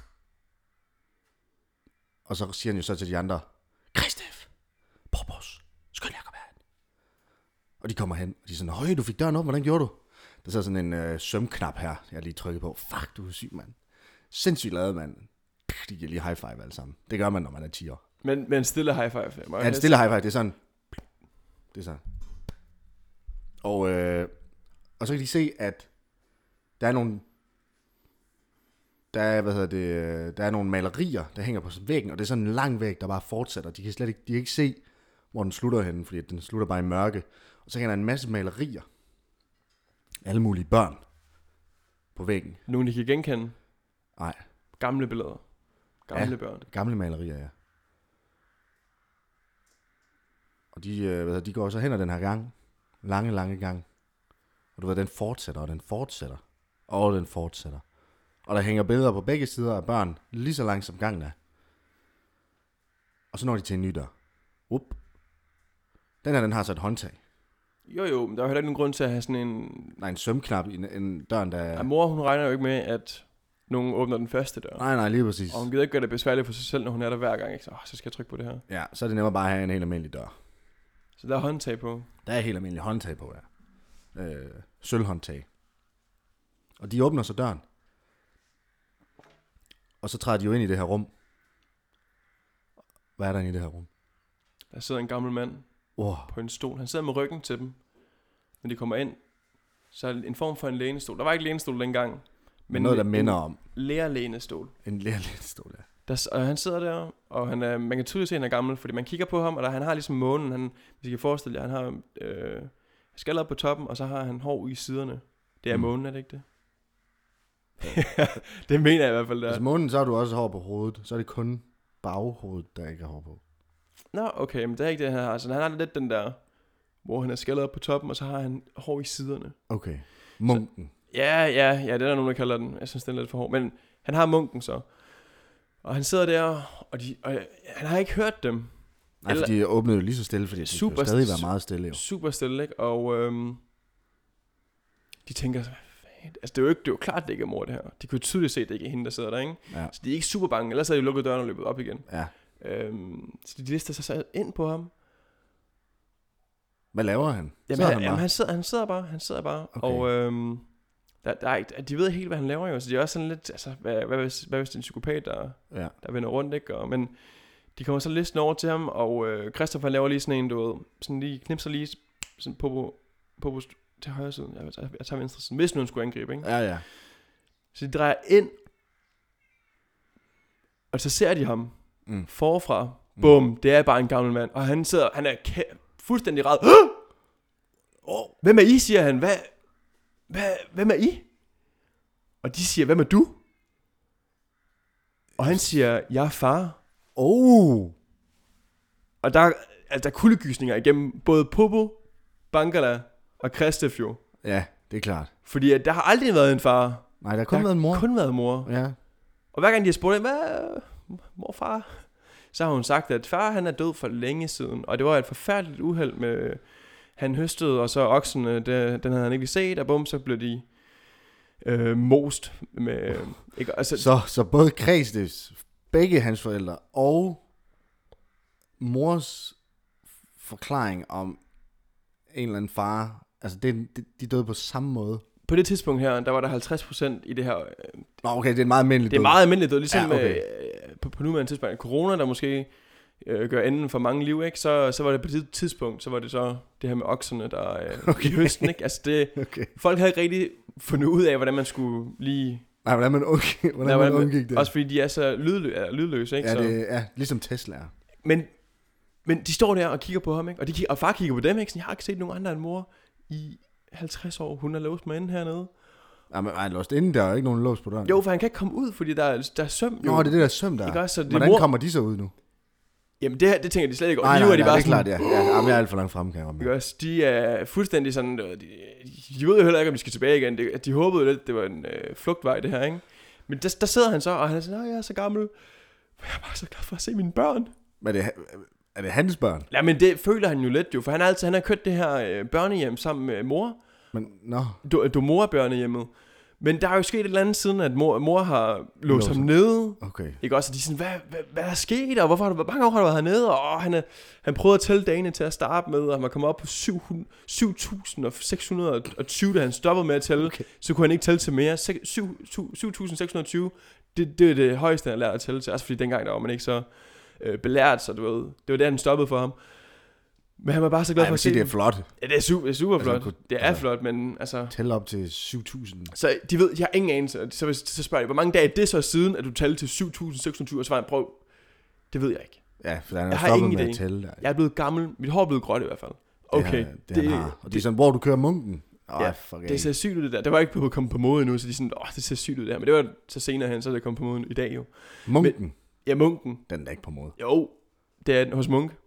Og så siger han jo så til de andre, Christoph, Popos, skynd jer, kom herhen. Og de kommer hen, og de er sådan, høj, du fik døren op, hvordan gjorde du? Der sidder sådan en øh, sømknap her, jeg lige trykket på. Fuck, du er syg, mand. Sindssygt lavet, mand. De giver lige high five alle sammen. Det gør man, når man er ti år.
Men, men stille high five.
Ja, en stille high five, det er sådan. Det er sådan. Og, øh, og så kan de se, at der er nogle, der er, hvad hedder det, der er nogle malerier, der hænger på væggen, og det er sådan en lang væg, der bare fortsætter. De kan slet ikke, de kan ikke se, hvor den slutter henne, fordi den slutter bare i mørke. Og så kan der en masse malerier. Alle mulige børn på væggen.
Nogle, de kan genkende.
Nej.
Gamle billeder. Gamle
Ja,
børn.
Gamle malerier, ja. Og de, øh, hvad hedder, de går så hen ad den her gang. Lange, lange gang. Og du ved, den fortsætter, og den fortsætter. Og den fortsætter. Og der hænger billeder på begge sider af børn, lige så langt som gangen er. Og så når de til en ny dør. Up. Den her, den har så et håndtag.
Jo jo, men der er jo heller ikke nogen grund til at have sådan en...
Nej, en sømknap i en, en døren, der...
Ja, mor, hun regner jo ikke med, at nogen åbner den første dør.
Nej, nej, lige præcis.
Og hun gider ikke gøre det besværligt for sig selv, når hun er der hver gang. Ikke? Så, åh, så skal jeg trykke på det her.
Ja, så er det nemmere bare at have en helt almindelig dør.
Så der er håndtag på.
Der er helt almindelig håndtag på, ja. Øh, sølvhåndtag. Og de åbner så døren. Og så træder de jo ind i det her rum. Hvad er der inde i det her rum?
Der sidder en gammel mand
Wow.
på en stol. Han sidder med ryggen til dem. Når de kommer ind, så er det en form for en lænestol. Der var ikke lænestol dengang.
Men noget, der minder om.
Lærlænestol.
En lærlænestol, ja.
Der, og han sidder der, og han er, man kan tydeligt se, at han er gammel, fordi man kigger på ham, og der, han har ligesom månen. Han, hvis I kan forestille jer, han har øh, skaller på toppen, og så har han hår i siderne. Det er mm. månen, er det ikke det? Ja. Det mener jeg i hvert fald, der.
Altså månen, så har du også hår på hovedet. Så er det kun baghovedet, der ikke har hår på.
Nå, okay, men det er ikke det, han har. Altså, han har lidt den der, hvor han er skaldet på toppen, og så har han hår i siderne.
Okay. Munken.
Så, ja, ja, ja, det er der nogen, der kalder den. Jeg synes, den er lidt for hård. Men han har munken så. Og han sidder der, og, de, og han har ikke hørt dem.
Nej, for de åbnede jo lige så stille, fordi de
super,
skulle stadig være meget stille. Jo.
Super stille, ikke? Og øhm, de tænker, altså det er jo ikke, det er jo klart, det ikke er mor, det her. De kunne tydeligt se, at det ikke er hende, der sidder der, ikke?
Ja.
Så de er ikke super bange, ellers havde de lukket døren og løbet op igen.
Ja.
Øhm, så de lister sig så ind på ham.
Hvad laver han?
Jamen,
sidder
han,
han,
jamen han, sidder, han sidder bare, han sidder bare.
Okay.
Og øhm, der, der er ikke, de ved helt, hvad han laver jo, så de er også sådan lidt, altså, hvad, hvad, hvis, hvad hvis det er en psykopat, der,
ja.
der vender rundt, ikke? Og, men de kommer så listen over til ham, og øh, Christopher laver lige sådan en, du ved, sådan lige knipser lige sådan på, på, på til højre side. Jeg, jeg, jeg tager venstre side, hvis nu han skulle angribe, ikke?
Ja, ja.
Så de drejer ind, og så ser de ham mm. forfra. Bum, mm. det er bare en gammel mand, og han sidder, han er kæ- fuldstændig ræd. Oh, hvem er I, siger han. Hvad, hvad, hvem er I? Og de siger, hvem er du? Og han siger, jeg er far.
Oh.
Og der, altså, der er kuldegysninger igennem både Popo, Bangala og Christef jo.
Ja, det er klart.
Fordi at der har aldrig været en far.
Nej, der har kun
der
været en mor.
har kun været mor.
Ja.
Og hver gang de har spurgt, hvad, morfar? Så har hun sagt, at far han er død for længe siden. Og det var et forfærdeligt uheld med, han høstede, og så oksene, det, den havde han ikke set, og bum, så blev de øh, most med, ikke? Altså,
Så, så både Kristefs, begge hans forældre, og mors forklaring om en eller anden far, altså det, de, de døde på samme måde.
På det tidspunkt her, der var der halvtreds procent i det her. Øh,
Nå, okay, det er en meget almindelig
det er
død.
meget almindeligt død, ligesom
Ja, okay.
øh, på, på nuværende tidspunkt. Corona, der måske øh, gør enden for mange liv, ikke? Så, så var det på det tidspunkt, så var det så det her med okserne, der øh, okay. i høsten, ikke? Altså det,
Okay.
folk havde ikke rigtig fundet ud af, hvordan man skulle lige...
Nej, hvordan man undgik, hvordan
Nej,
man
hvordan-
undgik det.
Også fordi de er så lydlø- er lydløse, ikke?
Ja,
Så.
det er ligesom Tesla er.
Men, men de står der og kigger på ham, ikke? Og, de, kigger- og far kigger på dem, ikke? Så jeg har ikke set nogen andre end mor i halvtreds år. Hun er låst mig inde hernede.
Ja, men ej, låst inden, der er jo ikke nogen lås på døren.
Jo, for han kan ikke komme ud, fordi der er, der er søm. Jo.
Nå, det er det der søm der.
Ikke også? Så det er
Hvordan
mor-
kommer de så ud nu?
Jamen det her, det tænker de slet ikke over.
Nej,
Nu
nej,
er de
nej,
bare
det er
sådan,
klart, ja. ja jamen, jeg er alt for langt fremme, kan jeg godt
ikke
mærke.
også? De er fuldstændig sådan, øh, de, de ved jo heller ikke, om de skal tilbage igen. De, de håbede jo lidt, det var en øh, flugtvej, det her, ikke? Men der, der sidder han så, og han er sådan, nej, jeg er så gammel. Jeg er bare så glad for at se mine børn.
Men er det, er det hans børn?
Ja, men det føler han jo lidt jo, for han har altid, han har kørt det her øh, børnehjem sammen med mor.
Men, nå.
Du, du mor børnehjemmet. Men der er jo sket et eller andet siden, at mor, mor har låst
Låser.
ham nede.
Okay.
Ikke også? Og de er sådan, hvad, hvad, hvad er sket? Og hvorfor har du, hvor mange år har du været hernede? Og åh, han, er, han prøvede at tælle dagene til at starte med, og han var kommet op på syv tusind seks hundrede og tyve, da han stoppede med at tælle.
Okay.
Så kunne han ikke tælle til mere. syv tusind seks hundrede og tyve, det, det er det højeste, han lærte at tælle til. Også fordi dengang der var man ikke så øh, belært, så du ved, det var det, han stoppede for ham. Men han var bare så glad
Ej,
for
jeg vil
at se
sige, det er
dem.
flot.
Ja, det er super, det er super
Altså,
flot.
kunne-
Det er
altså-
flot, men altså...
Tælle op til syv tusind.
Så de ved, de har ingen anelse. Så, hvis, så spørger de, hvor mange dage er det så siden, at du talte til syv tusind seks hundrede og tyve, og så var han, prøv. Det ved jeg ikke.
Ja, for han er
Jeg har
stoppet
ingen
med
idé.
at tælle der.
Jeg er blevet gammel. Mit hår er blevet gråt i hvert fald. Okay.
Det, har, det, det han har. Og de er sådan, hvor du kører munken. Åh,
Ja,
ja, fuck
det ser sygt ud det der. Det var ikke på komme på mode endnu, så de er sådan, åh, det ser sygt ud det her. Men det var så senere hen, så er det kommet på mode i dag jo.
Munken,
Ja, munken.
den er da ikke på måde.
Jo, det er den hos Munk.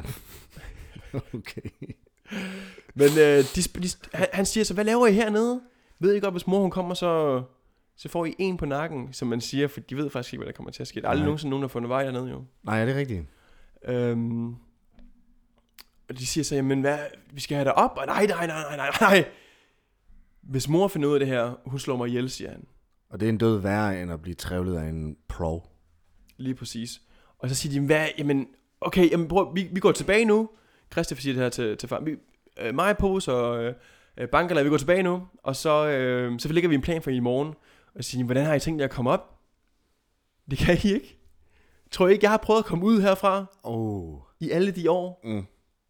Okay.
Men øh, de, de, han, han siger så, hvad laver I hernede? Ved I godt, hvis mor hun kommer, så, så får I en på nakken, som man siger, for de ved faktisk ikke, hvad der kommer til at ske. Der er aldrig
Nej.
nogensinde nogen, der har fundet vej dernede jo.
Nej, er det rigtigt?
Øhm, og de siger så, jamen hvad, vi skal have dig op, og nej, nej, nej, nej, nej, nej. Hvis mor finder ud af det her, hun slår mig ihjel, siger han.
Og det er en død værre, end at blive trævlet af en pro.
Lige præcis. Og så siger de, hvad, jamen, okay, jamen, prøv, vi, vi går tilbage nu. Christopher siger det her til, til far. Vi, øh, mig, Pose og øh, Bankala, vi går tilbage nu, og så, øh, så lægger vi en plan for i morgen. Og så siger de, hvordan har I tænkt jer at komme op? Det kan I ikke. Tror I ikke, jeg har prøvet at komme ud herfra
Oh.
i alle de år?
Mm.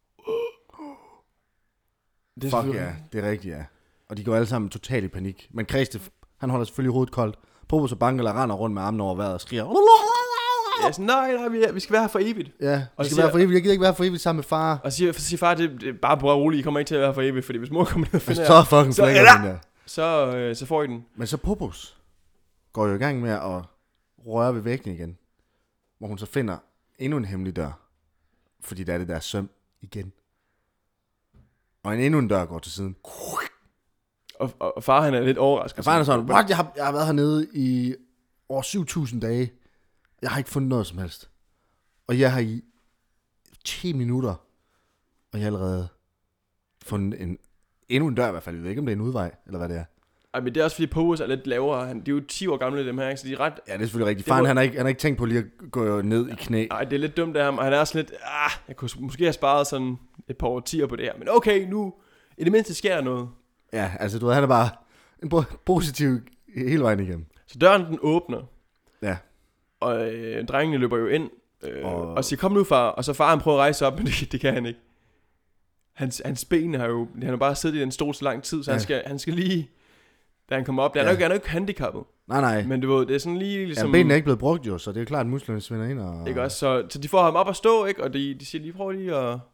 Det er
Fuck
selvfølgelig-
ja, det er rigtigt, ja. Og de går alle sammen totalt i panik. Men Kristef, han holder selvfølgelig hovedet koldt. Popos og Bankala render rundt med armene over vejret og skriger.
Jeg er sådan, nej, nej, vi, er, vi skal være her for evigt.
Ja, vi
Og
skal
siger-
være for evigt. Jeg gider ikke være for evigt sammen med far.
Og så siger, så siger far, det, det er bare bare roligt, I kommer ikke til at være her for evigt, fordi hvis mor kommer ned og finder
Så
jer,
fucking
Så-
flækker
eller-
den der.
så, øh, så får I den.
Men så Popos går jo i gang med at røre ved væggen igen. Hvor hun så finder endnu en hemmelig dør. Fordi der er det der søm igen. Og en endnu en dør går til siden.
Og, og, og far han er lidt overrasket.
Og faren er sådan, what? Jeg har, jeg har været hernede i over syv tusind dage. Jeg har ikke fundet noget som helst. Og jeg har i ti minutter, og jeg har allerede fundet en, endnu en dør i hvert fald. Jeg ved ikke, om det er en udvej, eller hvad det er.
Ej, men det er også fordi Pose er lidt lavere. Han, de er jo ti år gamle, dem her, ikke? Så de er ret...
Ja, det er selvfølgelig rigtigt.
Det
Faren,
må-
han, har ikke, han har ikke tænkt på lige at gå ned i knæ.
Ej, det er lidt dumt af ham. Og han er også lidt... Ah, jeg kunne måske have sparet sådan et par årtier på det her. Men okay, nu... I det mindste sker der noget.
Ja, altså du ved, han er bare en po- positiv hele vejen igennem.
Så døren, den åbner.
Ja.
Og øh, drengene løber jo ind. Øh, og...
Og-
og siger, kom nu far. Og så far han prøver at rejse op, men det, det kan han ikke. Hans, hans ben har jo... Han har bare siddet i den stol så lang tid, så ja. han, skal, han skal lige... Da han kommer op... Der er
Ja.
ja. ikke, han er jo ikke handicappet.
Nej, nej.
Men du ved, det er sådan lige
Ja,
ligesom...
benene er ikke blevet brugt jo, så det er jo klart, at musklerne svinder ind. Og...
Ikke også? Så, så de får ham op at stå, ikke? Og de, de siger lige, prøv lige at...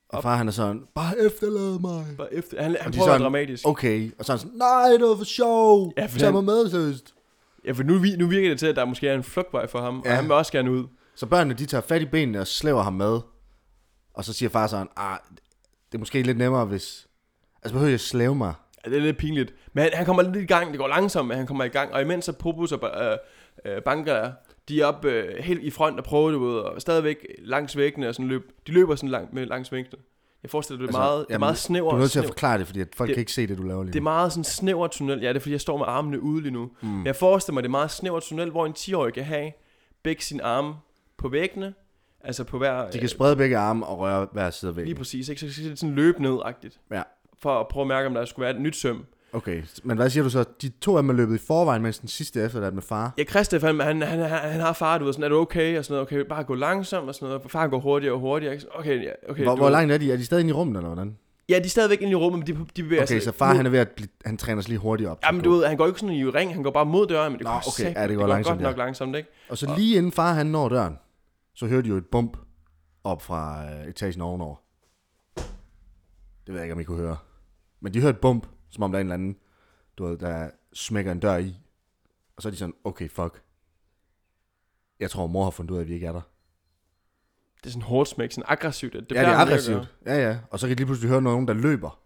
Og far han er sådan, bare efterlad mig.
Bare efter, han, han
de
prøver
sådan,
dramatisk.
Okay, og så er han sådan, nej, det var for sjov.
Ja, for
Tag
han-
mig med, seriøst.
Ja, for nu, nu virker det til, at der måske er en flugtvej for ham, ja. Og han vil også gerne ud.
Så børnene, de tager fat i benene og slæver ham med. Og så siger far sådan, ah, det er måske lidt nemmere, hvis... Altså, behøver jeg at slæve mig?
Ja, det er lidt pinligt. Men han, han kommer lidt i gang. Det går langsomt, men han kommer i gang. Og imens så Popus og øh, øh, Banker, de er op øh, helt i front og prøver det ud. Og stadigvæk langs væggene og sådan løb. De løber sådan langt med langs væggene. Jeg forestiller det er
Altså,
meget, det er
jamen,
meget snæver.
Du er nødt til at
snæver-
forklare det, fordi at folk
Det-
kan ikke se det, du laver lige
Det er
nu.
meget sådan snæver tunnel. Ja, det er fordi, jeg står med armene ude lige nu.
Mm.
Men jeg forestiller mig, det er meget snæver tunnel, hvor en ti-årig kan have begge sine arme på væggene. Altså på hver...
De kan sprede begge arme og røre hver side af væggen.
Lige præcis, ikke? Så skal det sådan løbe ned-agtigt.
Ja.
For at prøve at mærke, om der skulle være et nyt søm.
Okay, men hvad siger du så? De to af dem er løbet i forvejen, mens den sidste er efterladt med far.
Ja, Christoph, han, han, han, han, han har far, du ved, sådan, er du okay? Og sådan noget, okay, bare gå langsomt og sådan noget. Far går hurtigere og hurtigere, ikke? Okay, ja, okay.
Hvor,
du
hvor
ved.
langt er de? Er de stadig inde i rummet, eller hvordan?
Ja, de er stadigvæk inde i rummet, men de, de bevæger
Okay, så far han er ved at blive, han træner sig lige hurtigt op.
Jamen, du ved, han går ikke sådan i ring, han går bare mod døren, men det
Nå,
går,
okay,
sagt,
ja, det
det
går
går
langsomt,
godt nok
ja.
langsomt, ikke?
Og så lige inden far han når døren, så hører de jo et bump op fra øh, etagen ovenover. Det ved jeg ikke, om I kunne høre. Men de hører et bump, som om der er en eller anden, du ved, der smækker en dør i. Og så er de sådan, okay, fuck. Jeg tror, mor har fundet ud af, at vi ikke er der.
Det er sådan hårdt smæk, sådan aggressivt. Det
Ja, det
plejer
er
han ikke at
aggressivt. Ja, ja. Og så kan de lige pludselig høre nogen, der løber.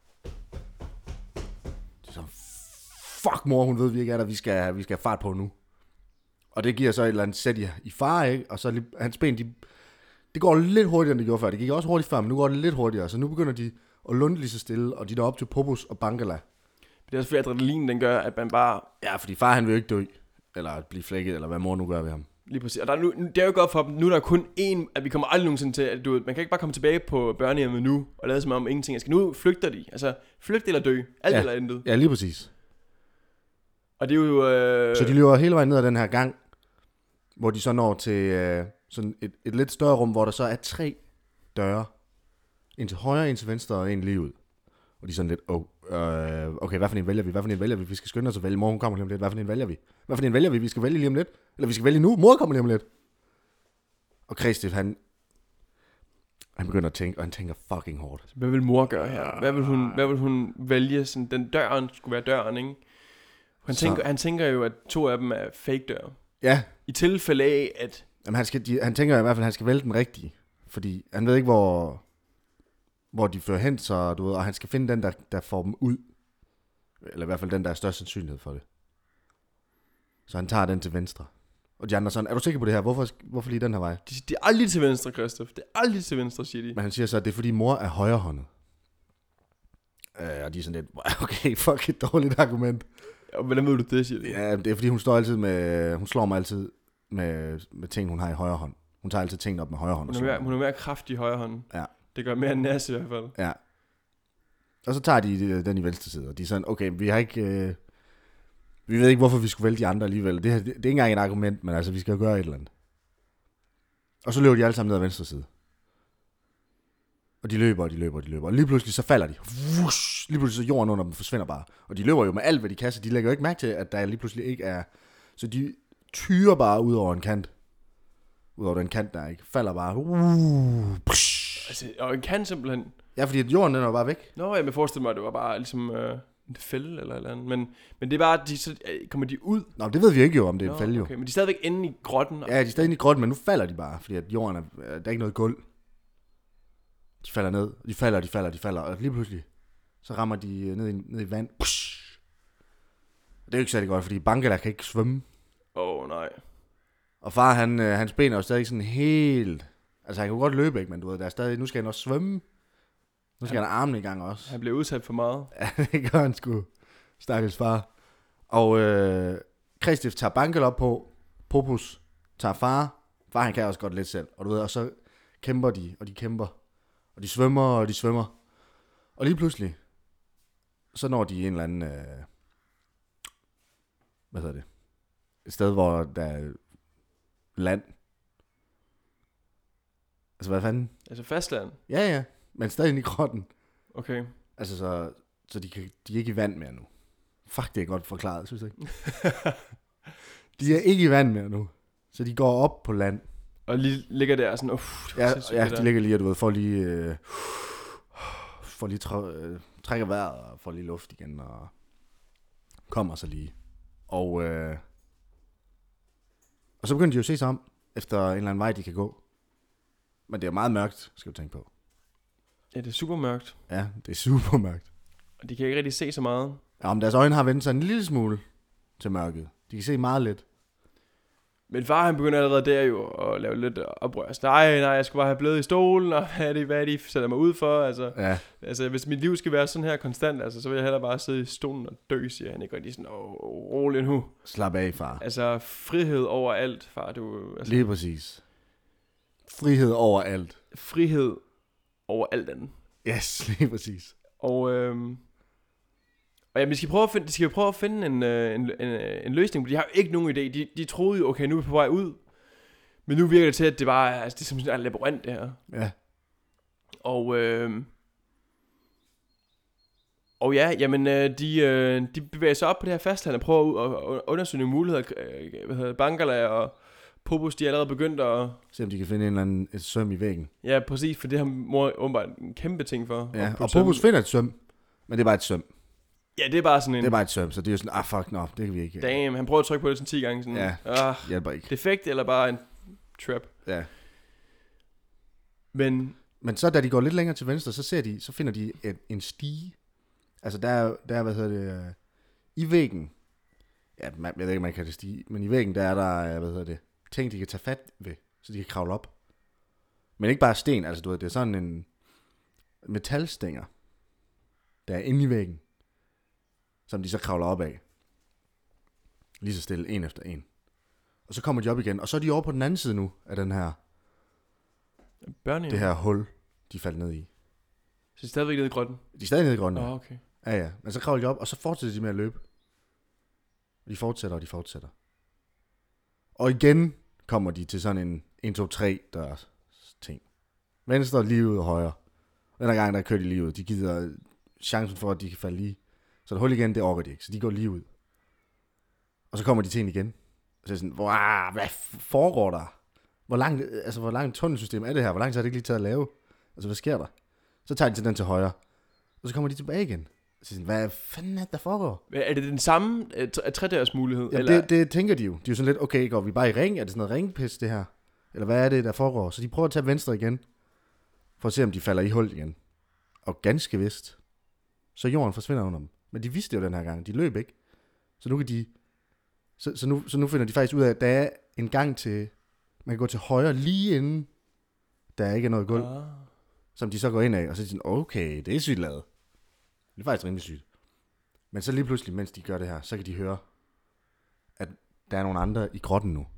De er sådan, fuck mor, hun ved, at vi ikke er der. Vi skal, vi skal have fart på nu. Og det giver så et eller andet sæt i, i far, ikke? Og så lige, hans ben, de, det går lidt hurtigere, end det gjorde før. Det gik også hurtigt før, men nu går det lidt hurtigere. Så nu begynder de at lunde lige så stille, og de når op til Popus og Bangala.
Det er også fordi adrenalin, den gør, at man bare...
Ja, fordi far han vil jo ikke dø, eller blive flækket, eller hvad mor nu gør ved ham.
Lige præcis. Og der er nu, det er jo godt for dem. Nu er der kun én, at vi kommer aldrig nogensinde til, at du ved, man kan ikke bare komme tilbage på børnehjemmet nu, og lade som om ingenting. Jeg skal nu flygter de. Altså, flygt eller dø. Alt
Ja.
eller intet.
Ja, lige præcis.
Og det er jo... Øh...
Så de løber hele vejen ned ad den her gang, hvor de så når til øh, sådan et, et lidt større rum, hvor der så er tre døre. En til højre, en til venstre og en lige ud. Og de er sådan lidt, oh, øh, okay, hvad for en vælger vi? Hvad for en vælger vi? Vi skal skynde os at vælge. Mor, hun kommer lige om lidt. Hvad for en vælger vi? Hvad for en vælger vi? Vi skal vælge lige om lidt. Eller vi skal vælge nu. Mor kommer lige om lidt. Og Christoph, han, han begynder at tænke, og han tænker fucking hårdt.
Hvad vil mor gøre her? Hvad vil hun, hvad vil hun vælge? Sådan, den døren skulle være døren, ikke? Han
Så-
tænker, han tænker jo, at to af dem er fake døre.
Ja,
I tilfælde af, at...
jamen, han, skal, de, han tænker i hvert fald, at han skal vælge den rigtige. Fordi han ved ikke, hvor, hvor de fører hen, så du ved, og han skal finde den, der, der får dem ud. Eller i hvert fald den, der er størst sandsynlighed for det. Så han tager den til venstre. Og de andre er sådan, er du sikker på det her? Hvorfor, hvorfor lige den her vej?
De, de er aldrig til venstre, Christoph. Det er aldrig til venstre, siger de.
Men han siger så, at det er fordi mor er højrehåndet. Øh, og de er sådan lidt, okay, fuck et dårligt argument.
Og hvordan ved du det, siger de?
Ja, det er fordi hun står altid med, hun slår mig altid med, med ting, hun har i højre hånd. Hun tager altid tingene op med højre hånd.
Hun
og
er, mere,
slår
hun er mere kraftig i højre hånd.
Ja.
Det gør mere næs i hvert fald.
Ja. Og så tager de øh, den i venstre side, og de er sådan, okay, vi har ikke, øh, vi ved ikke, hvorfor vi skulle vælge de andre alligevel. Det, her, det, det er ikke engang et argument, men altså, vi skal jo gøre et eller andet. Og så løber de alle sammen ned ad venstre side. Og de løber, og de løber, og de løber. Og lige pludselig så falder de. Vush, lige pludselig så jorden under dem forsvinder bare. Og de løber jo med alt, hvad de kan, så de lægger jo ikke mærke til, at der lige pludselig ikke er... Så de tyrer bare ud over en kant. Ud over den kant, der ikke falder bare. Uh,
Altså, og en kan simpelthen...
ja, fordi at jorden den er jo bare væk.
Nå, jeg vil forestille mig, at det var bare ligesom øh, en fælde eller et eller andet. Men, men det er bare, de, så øh, kommer de ud.
Nå, det ved vi ikke jo, om det er
Nå,
en fælde jo.
okay. Men de er stadigvæk inde i grotten.
Ja, de er stadig inde i grotten, men nu falder de bare, fordi at jorden er, der er ikke noget gulv. De falder ned, de falder, de falder, de falder, og lige pludselig, så rammer de ned i, ned i vand. Det er jo ikke særlig godt, fordi Bangala kan ikke svømme.
Åh, oh, nej.
Og far, han, øh, hans ben er jo stadig sådan helt... Altså, han kan godt løbe, ikke, men du ved, der er stadig... Nu skal han også svømme. Nu skal han have armene i gang også.
Han blev udsat for meget.
Ja, det gør han sgu. Stakkels far. Og øh, Christoph tager Bangala op på. Popus tager far. Far, han kan også godt lidt selv. Og du ved, og så kæmper de, og de kæmper. Og de svømmer, og de svømmer. Og lige pludselig, så når de en eller anden... Øh, hvad hedder det? Et sted, hvor der er land. Altså, hvad fanden?
Altså fastland.
Ja, ja. Men stadig inde i grotten.
Okay.
Altså, så, så de, kan, de er ikke i vand mere nu. Fuck, det er godt forklaret, synes jeg ikke. De er ikke i vand mere nu. Så de går op på land.
Og lige ligger der sådan, uff, det var
Ja,
sindssygt,
ja
det
de
der.
ligger lige, og du ved, får lige... Øh, får lige tr- øh, trækker vejret og får lige luft igen og kommer så lige. Og, øh, og så begynder de jo at se sig om efter en eller anden vej, de kan gå. Men det er meget mørkt, skal du tænke på.
Ja, det er super mørkt.
Ja, det er super mørkt.
Og de kan ikke rigtig se så meget.
Ja, om deres øjne har vendt sig en lille smule til mørket. De kan se meget lidt.
Men far, han begynder allerede der jo at lave lidt oprør. Altså, nej, nej, jeg skal bare have blevet i stolen, og hvad er det, hvad er det, I sætter mig ud for? Altså,
Ja.
altså, hvis mit liv skal være sådan her konstant, altså, så vil jeg hellere bare sidde i stolen og dø, siger han. Ikke? Og de er sådan, åh, rolig nu.
Slap af, far.
Altså, frihed over alt, far. Du, altså,
Lige præcis. Frihed over alt.
frihed over alt andet.
Yes, lige præcis.
Og, øhm, og ja, vi skal prøve at finde, de skal prøve at finde en, øh, en, en, en løsning, for de har jo ikke nogen idé. De, de troede jo, okay, nu er vi på vej ud. Men nu virker det til, at det bare altså, det er som sådan en labyrint, det her.
Ja.
Og, øh, og ja, jamen, øh, de, øh, de bevæger sig op på det her fastland og prøver at, at undersøge nogle muligheder. Øh, hvad hedder det, Bangala og Popus, de er allerede begyndt at...
Se om de kan finde en eller anden et søm i væggen.
Ja, præcis, for det har mor åbenbart en kæmpe ting for.
Ja,
at
og
søm.
Popus finder et søm, men det er bare et søm.
Ja, det er bare sådan en...
Det er bare et søm, så det er jo sådan, ah fuck, no, det kan vi ikke.
Damn, han prøver at trykke på det sådan ti gange. Sådan,
Ja,
ah,
hjælper ikke.
defekt eller bare en trap.
Ja.
Men
Men så da de går lidt længere til venstre, så ser de, så finder de en, en stige. Altså der er, der er, hvad hedder det, øh, i væggen. Ja, man, jeg ved ikke, om man kan det stige, men i væggen, der er der, øh, hvad hedder det, ting, de kan tage fat ved, så de kan kravle op. Men ikke bare sten, altså du ved, det er sådan en metalstænger, der er inde i væggen, som de så kravler op af. Lige så stille, en efter en. Og så kommer de op igen, og så er de over på den anden side nu, af den her,
børnehjem.
det her hul, de faldt ned i.
Så de er stadigvæk nede i grotten.
De er stadig nede i grunden.
Åh, oh, okay.
Ja, ja. Men så kravler de op, og så fortsætter de med at løbe. Og de fortsætter, og de fortsætter. Og igen kommer de til sådan en en, to, tre dørs ting. Venstre, lige ud og højre. Den her gang, der kører de lige ud. De gider chancen for, at de kan falde lige. Så det hul igen, det orker de ikke. Så de går lige ud. Og så kommer de til en igen. Og så er det sådan, wow, hvad foregår der? Hvor langt, altså, hvor langt tunnelsystem er det her? Hvor langt har det ikke lige taget at lave? Altså, hvad sker der? Så tager de til den til højre. Og så kommer de tilbage igen. Så sådan, hvad fanden er det, der foregår?
Er det den samme uh, tre-dørs mulighed?
Ja,
eller?
det, det tænker de jo. De er jo sådan lidt, okay, går vi bare i ring? Er det sådan noget ringpis, det her? Eller hvad er det, der foregår? Så de prøver at tage venstre igen, for at se, om de falder i hul igen. Og ganske vist, så jorden forsvinder under dem. Men de vidste jo den her gang, de løb ikke. Så nu kan de, så, så, nu, så nu finder de faktisk ud af, at der er en gang til, man kan gå til højre lige inden, der ikke er noget gulv,
Ah.
som de så går ind af, og så er de sådan, okay, det er sygt lavet. Det er faktisk rimelig sygt. Men så lige pludselig, mens de gør det her, så kan de høre, at der er nogle andre i grotten nu.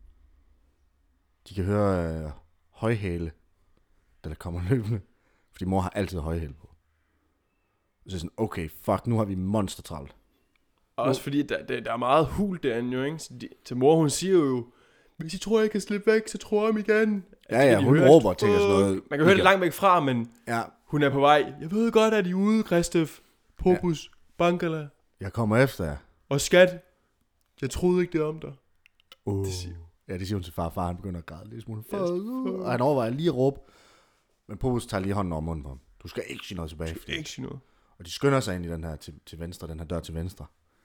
De kan høre øh, højhæle, der kommer løbende. Fordi mor har altid højhæle på. Så er det sådan, okay, fuck, nu har vi monstertravlt.
Og også fordi, der, der, der er meget hul derinde jo, ikke? Så de, til mor, hun siger jo, hvis I tror, jeg kan slippe væk, så tror jeg mig igen.
Ja, ja, hun råber til sådan noget.
Man kan høre det langt væk fra, men
ja.
Hun er på vej. Jeg ved godt, at I er ude, Christef, Popus, ja. Bangala.
Jeg kommer efter jer.
Og skat, jeg troede ikke det om dig.
Uh.
Det siger.
Ja, det siger hun til far. Far, han begynder at græde lidt smule.
Yes.
Og han overvejer lige at råbe. Men Popus tager lige hånden over munden på ham. Du skal ikke sige noget tilbage.
Du skal ikke sige noget.
Og de skynder sig ind i den her til, til venstre, den her dør til venstre.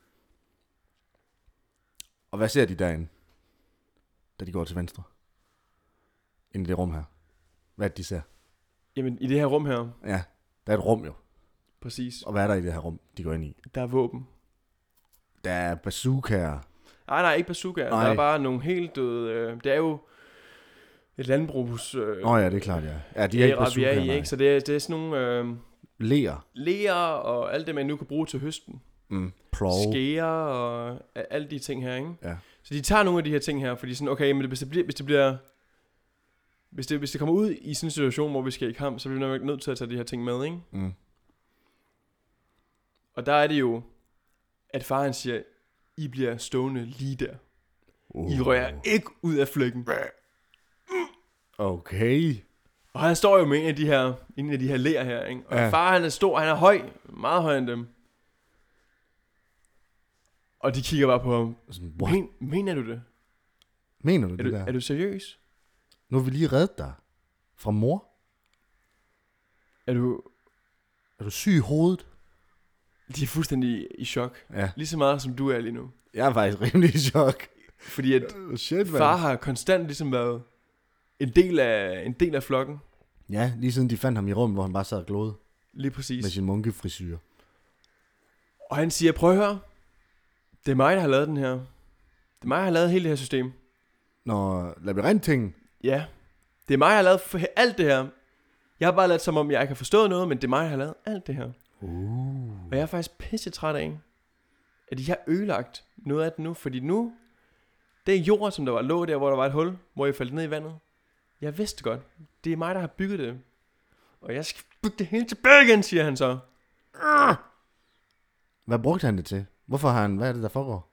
Og hvad ser de derinde, da de går til venstre? Ind i det rum her. Hvad er det, de ser?
Jamen, i det her rum her.
Ja, der er et rum jo.
Præcis.
Og hvad er der i det her rum, de går ind i?
Der er våben.
Der er bazookaer.
Nej, nej, ikke bazookaer. Der er bare nogle helt døde... Øh, det er jo et landbrugs... Øh,
Nå ja, det er klart, ja. Ja, de er ikke bazookaer,
i, ikke? Så det er, det er sådan nogle... Øh,
Leer.
Leer og alt det, man nu kan bruge til høsten.
Mm. Plov.
Skære og alle de ting her, ikke?
Ja.
Så de tager nogle af de her ting her, fordi sådan, okay, men hvis det bliver... Hvis det bliver Hvis det, hvis det kommer ud i sådan en situation, hvor vi skal i kamp, så bliver vi nok nødt til at tage de her ting med, ikke?
Mm.
Og der er det jo, at faren siger, I bliver stående lige der. Uh. I rører ikke ud af flækken.
Okay.
Og han står jo med en af de her, en af de her ler her, ikke? Og ja. Far, han er stor, han er høj, meget højere end dem. Og de kigger bare på ham.
Sådan,
Men, mener du det?
Mener du
er
det
du,
der?
Er du seriøs?
Nu har vi lige reddet dig fra mor.
Er du...
Er du syg i hovedet?
De er fuldstændig i chok.
Ja.
Lige så meget, som du er lige nu.
Jeg er faktisk rimelig i chok.
Fordi at
Shit, man.
far har konstant ligesom været en del af, en del af flokken.
Ja, lige siden de fandt ham i rummet, hvor han bare sad og glåede
Lige præcis.
med sin munkefrisyr.
Og han siger, prøv at høre. Det er mig, der har lavet den her. Det er mig, der har lavet hele det her system.
Når labyrint-tingen.
Ja. Det er mig, der har lavet for alt det her. Jeg har bare lavet som om, jeg ikke har forstået noget, men det er mig, der har lavet alt det her.
Uh.
Og jeg er faktisk pisse træt af, at de har ødelagt noget af det nu. Fordi nu, det er jord, som der var lå der, hvor der var et hul, hvor jeg faldt ned i vandet. Jeg vidste godt. Det er mig, der har bygget det. Og jeg skal bygge det hele tilbage igen, siger han så.
Hvad brugte han det til? Hvorfor har han... Hvad er det, der foregår?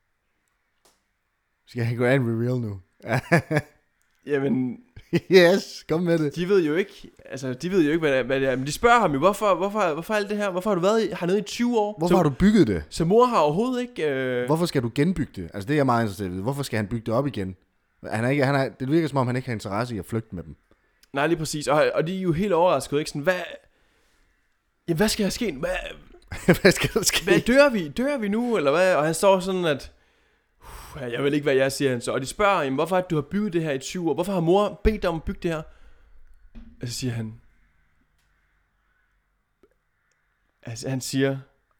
Skal han gå an reveal nu?
Jamen,
Yes, kom med det.
de ved jo ikke, altså de ved jo ikke, hvad det er, hvad det er. Men de spørger ham jo, hvorfor, hvorfor, hvorfor alt det her? Hvorfor har du været i- hernede i tyve år?
Hvorfor
så,
har du bygget det?
Så mor har overhovedet ikke... Øh...
Hvorfor skal du genbygge det? Altså det er jeg meget interesseret i. Hvorfor skal han bygge det op igen? Han er ikke, han er, det virker som om, han ikke har interesse i at flygte med dem.
Nej, lige præcis. Og, og de er jo helt overrasket, ikke? Sådan, hvad... Jamen, hvad skal der ske? Hvad,
Hvad skal der ske?
hvad dør vi? Dør vi nu, eller hvad? Og han står sådan, at... Uh, jeg ved ikke, hvad jeg siger, han så. Og de spørger, jamen, hvorfor har du har bygget det her i tyve år? Hvorfor har mor bedt dig om at bygge det her? Og så siger han... Altså, han siger...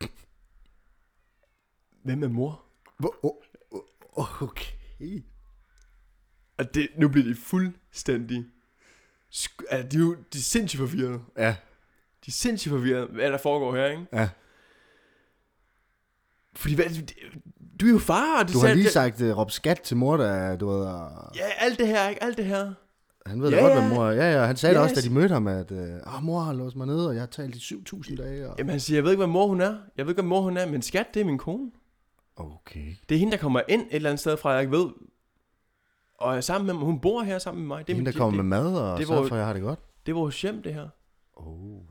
Hvem er mor?
Hvor- oh, oh, Okay.
Og det, nu bliver de fuldstændig... Sk- altså, de er jo de er sindssygt forvirrede.
Ja,
De er sindssygt forvirrede, hvad der foregår her, ikke?
ja.
Fordi, hvad, du er jo far, og det
Du har
sagde-
lige
det-
sagt uh, råb skat til mor, der du ved... Uh,
Ja, alt det her, ikke? Alt det her.
han ved
Ja,
da godt,
ja.
hvad mor er. Ja, ja, han sagde yes.
Yes.
det også, da de mødte ham, at uh, oh, mor har låst mig nede, og jeg har talt i syv tusind dage. Og...
Jamen, han siger, jeg ved ikke, hvad mor hun er. Jeg ved ikke, hvad mor hun er, men skat, det er min kone.
Okay.
Det er hende, der kommer ind et eller andet sted fra, jeg ikke ved. Og er sammen med mig. Hun bor her sammen med mig.
Det er
min-
hende, der kommer
det,
med mad, og
det
sørger
var-
for, at jeg har det godt.
det er vores hjem, det her.
Oh.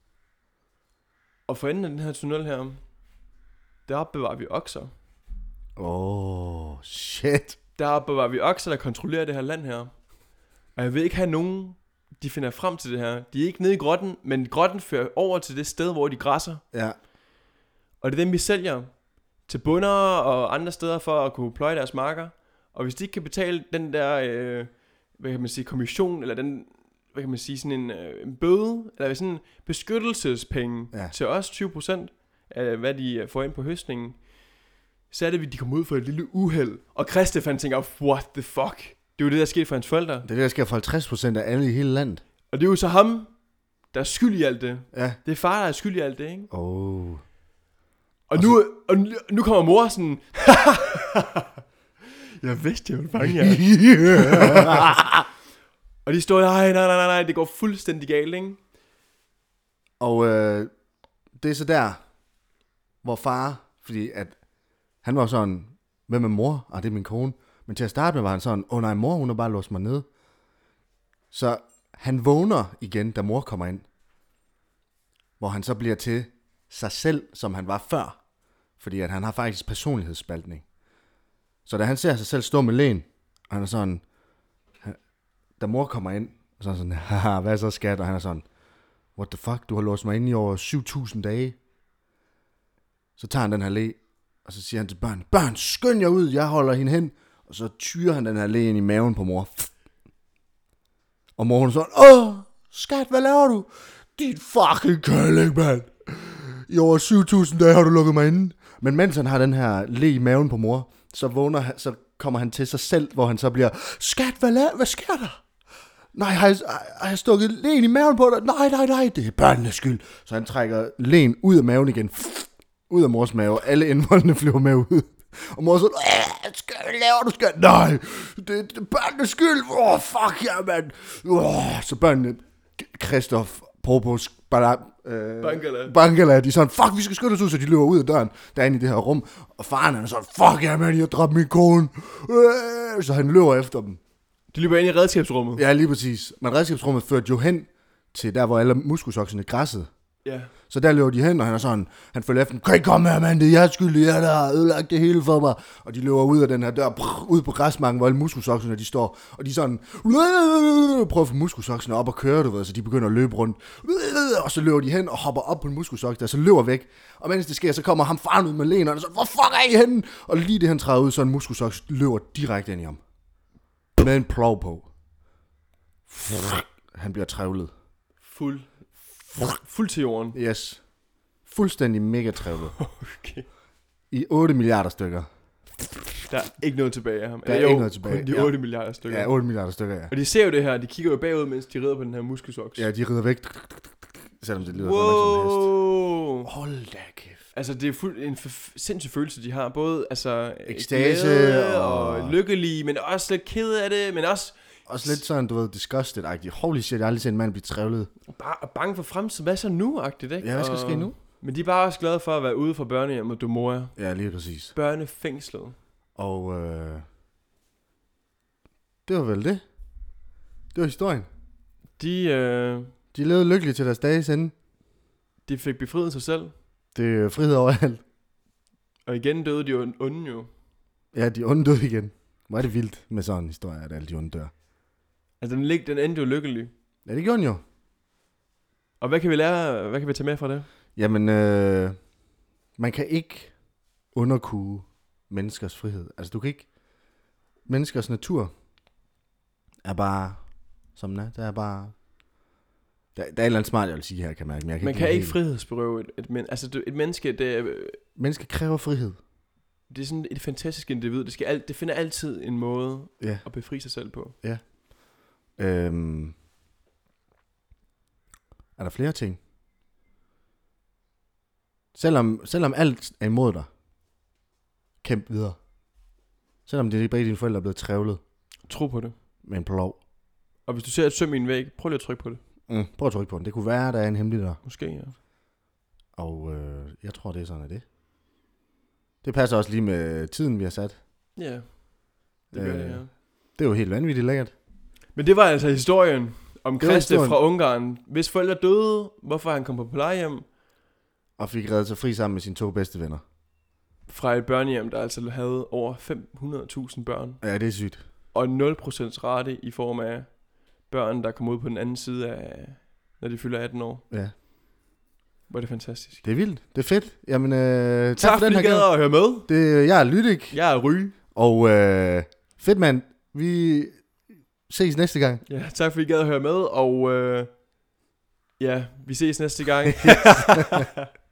Og for enden af den her tunnel her, der opbevarer vi okser.
Oh, shit.
Der opbevarer vi okser, der kontrollerer det her land her. Og jeg vil ikke have nogen, de finder frem til det her. De er ikke nede i grotten, men grotten fører over til det sted, hvor de græsser.
Ja.
Og det er dem, vi sælger til bunder og andre steder for at kunne pløje deres marker. Og hvis de ikke kan betale den der, øh, hvad kan man sige, kommission, eller den, hvad kan man sige, sådan en, øh, en bøde, eller sådan en beskyttelsespenge
Ja.
til os, tyve procent af hvad de får ind på høstningen, så er det, at de kommer ud for et lille uheld. Og Christef, han tænker, what the fuck? Det er jo det, der skete for hans forældre.
Det er det, der sker for halvtreds procent af alle i hele landet.
Og det er jo så ham, der er skyld i alt det.
Ja.
Det er far, der er skyld i alt det, ikke?
Oh.
Og nu, og nu, nu kommer mor sådan... jeg vidste, jeg ville fange jer. Og de står, nej, nej, nej, nej, nej, det går fuldstændig galt, ikke?
Og øh, det er så der, hvor far, fordi at han var sådan, hvem er mor? Ah, det er min kone. Men til at starte med var han sådan, åh oh, nej, mor, hun har bare låst mig ned. Så han vågner igen, da mor kommer ind. Hvor han så bliver til sig selv, som han var før. Fordi at han har faktisk personlighedsspaltning. Så da han ser sig selv stå med læn, og han er sådan, han, da mor kommer ind, så er han sådan, haha, hvad er så skat? Og han er sådan, what the fuck, du har låst mig inde i over syv tusind dage. Så tager han den her læ, og så siger han til børn, børn, skynd jer ud, jeg holder hende hen. Og så tyrer han den her læ ind i maven på mor. Og mor hun er sådan, åh, skat, hvad laver du? Dit fucking kælling, mand. I over syv tusind dage har du lukket mig inde. Men mens han har den her læ i maven på mor, så vågner han, så kommer han til sig selv, hvor han så bliver, skat, hvad, la- hvad sker der? Nej, har jeg, har jeg stukket læen i maven på dig? Nej, nej, nej, det er børnenes skyld. Så han trækker læen ud af maven igen, ud af mors mave. Alle indvoldene flyver med ud. Og mor så, skal hvad laver du, skat? Nej, det, det er børnenes skyld. Åh, oh, fuck ja, mand. Oh, så børnene, Christoph, Propos, Bala, øh,
Bangala.
Bangala, de er sådan, fuck, vi skal skynde os ud, så de løber ud af døren, derinde i det her rum. Og faren er sådan, fuck ja, man, jeg har dræbt min kone. Øh, så han løber efter dem.
De løber ind i redskabsrummet.
Ja, lige præcis. Men redskabsrummet førte jo hen til der, hvor alle muskelsoksene græssede.
Ja.
Så der løber de hen, og han er sådan, han følger efter dem, kan I komme her, mand, det er jeres skyld, det er der har ødelagt det hele for mig. Og de løber ud af den her dør, brrr, ud på græsmarken, hvor alle muskelsoksene de står, og de er sådan, prøver at få muskelsoksene op og køre, du ved, så de begynder at løbe rundt. Og så løber de hen og hopper op på en muskelsoks, der så løber væk. Og mens det sker, så kommer ham faren ud med lenerne, og så, hvor fuck er I henne? Og lige det han træder ud, så en muskelsoks løber direkte ind i ham. Med en plov på. Han bliver trævlet.
Fuld. Fuld til jorden.
Yes. Fuldstændig mega trævlet.
Okay.
I otte milliarder stykker.
Der er ikke noget tilbage af ham.
Der er
Eller,
ikke
jo,
noget tilbage.
kun de
Ja.
otte milliarder stykker.
Ja, otte milliarder stykker, ja.
Og de ser jo det her, de kigger jo bagud, mens de rider på den her muskelsoks.
Ja, de rider væk. Selvom det lyder wow. som en hest.
Hold da kæft. Altså, det er fuld, en f- sindssyg følelse, de har. Både altså,
ekstase
glæde
og...
og lykkelige, men også lidt ked af det, men også...
Også lidt sådan, du ved, disgusted-agtigt. Holy shit, jeg har aldrig set en mand blive trævlet.
Bare bange for fremtiden. Hvad så nu-agtigt, ikke?
Ja, hvad skal
og,
ske nu?
Men de er bare også glade for at være ude fra børnehjemmet Domora.
Ja, lige præcis.
Børnefængslet.
Og øh, det var vel det. Det var historien.
De, øh,
De levede lykkeligt til deres dages ende.
de fik befriet sig selv.
Det er frihed overalt.
Og igen døde de jo onde jo.
Ja, de onde døde igen. Hvor er det vildt med sådan en historie, at alle de onde dør.
Altså, den, lig, den endte jo lykkelig.
Ja, det gjorde den jo.
Og hvad kan vi lære, hvad kan vi tage med fra det?
Jamen, øh, man kan ikke underkue menneskers frihed. Altså, du kan ikke... Menneskers natur er bare, som den er. Det er bare... Der, der er et eller andet smart, jeg vil sige her, kan man, men jeg kan
Man
ikke
kan ikke
helt-
frihedsberøve et, et, men, altså, det- et menneske, det er,
Mennesker kræver frihed.
det er sådan et fantastisk individ. Det, skal alt, det finder altid en måde
Ja.
at befri sig selv på.
Øhm, er der flere ting? Selvom, selvom alt er imod dig, kæmp videre. Selvom det er begge dine forældre er blevet trævlet
Tro på det.
med en plov.
Og hvis du ser et søm i en væg, prøv lige at trykke på det.
Mm, prøv at trykke på den. Det kunne være, der er en hemmelig der.
Måske, ja.
Og øh, jeg tror, det er sådan, at det. Det passer også lige med tiden, vi har sat.
Ja, det gør
Øh,
det, ja.
Det er jo helt vanvittigt lækkert.
Men det var altså historien om
Det var
Christe
historien.
fra Ungarn. Hvis forældre døde, hvorfor han kom på plejehjem
Og fik reddet sig fri sammen med sine to bedste venner.
fra et børnehjem, der altså havde over fem hundrede tusind børn.
Ja, det er sygt.
Og nul procent rate i form af børn, der kommer ud på den anden side af, når de fylder atten år.
Ja,
Hvor er det fantastisk.
det er vildt. Det er fedt. Jamen, øh, tak,
Tak
for den
fordi I
her
gad
gang.
at høre med.
Det, jeg er Lydik.
Jeg er Ry.
Og øh, fedt, mand. Vi ses næste gang.
Ja, tak fordi I gad at høre med. Og øh, ja, vi ses næste gang.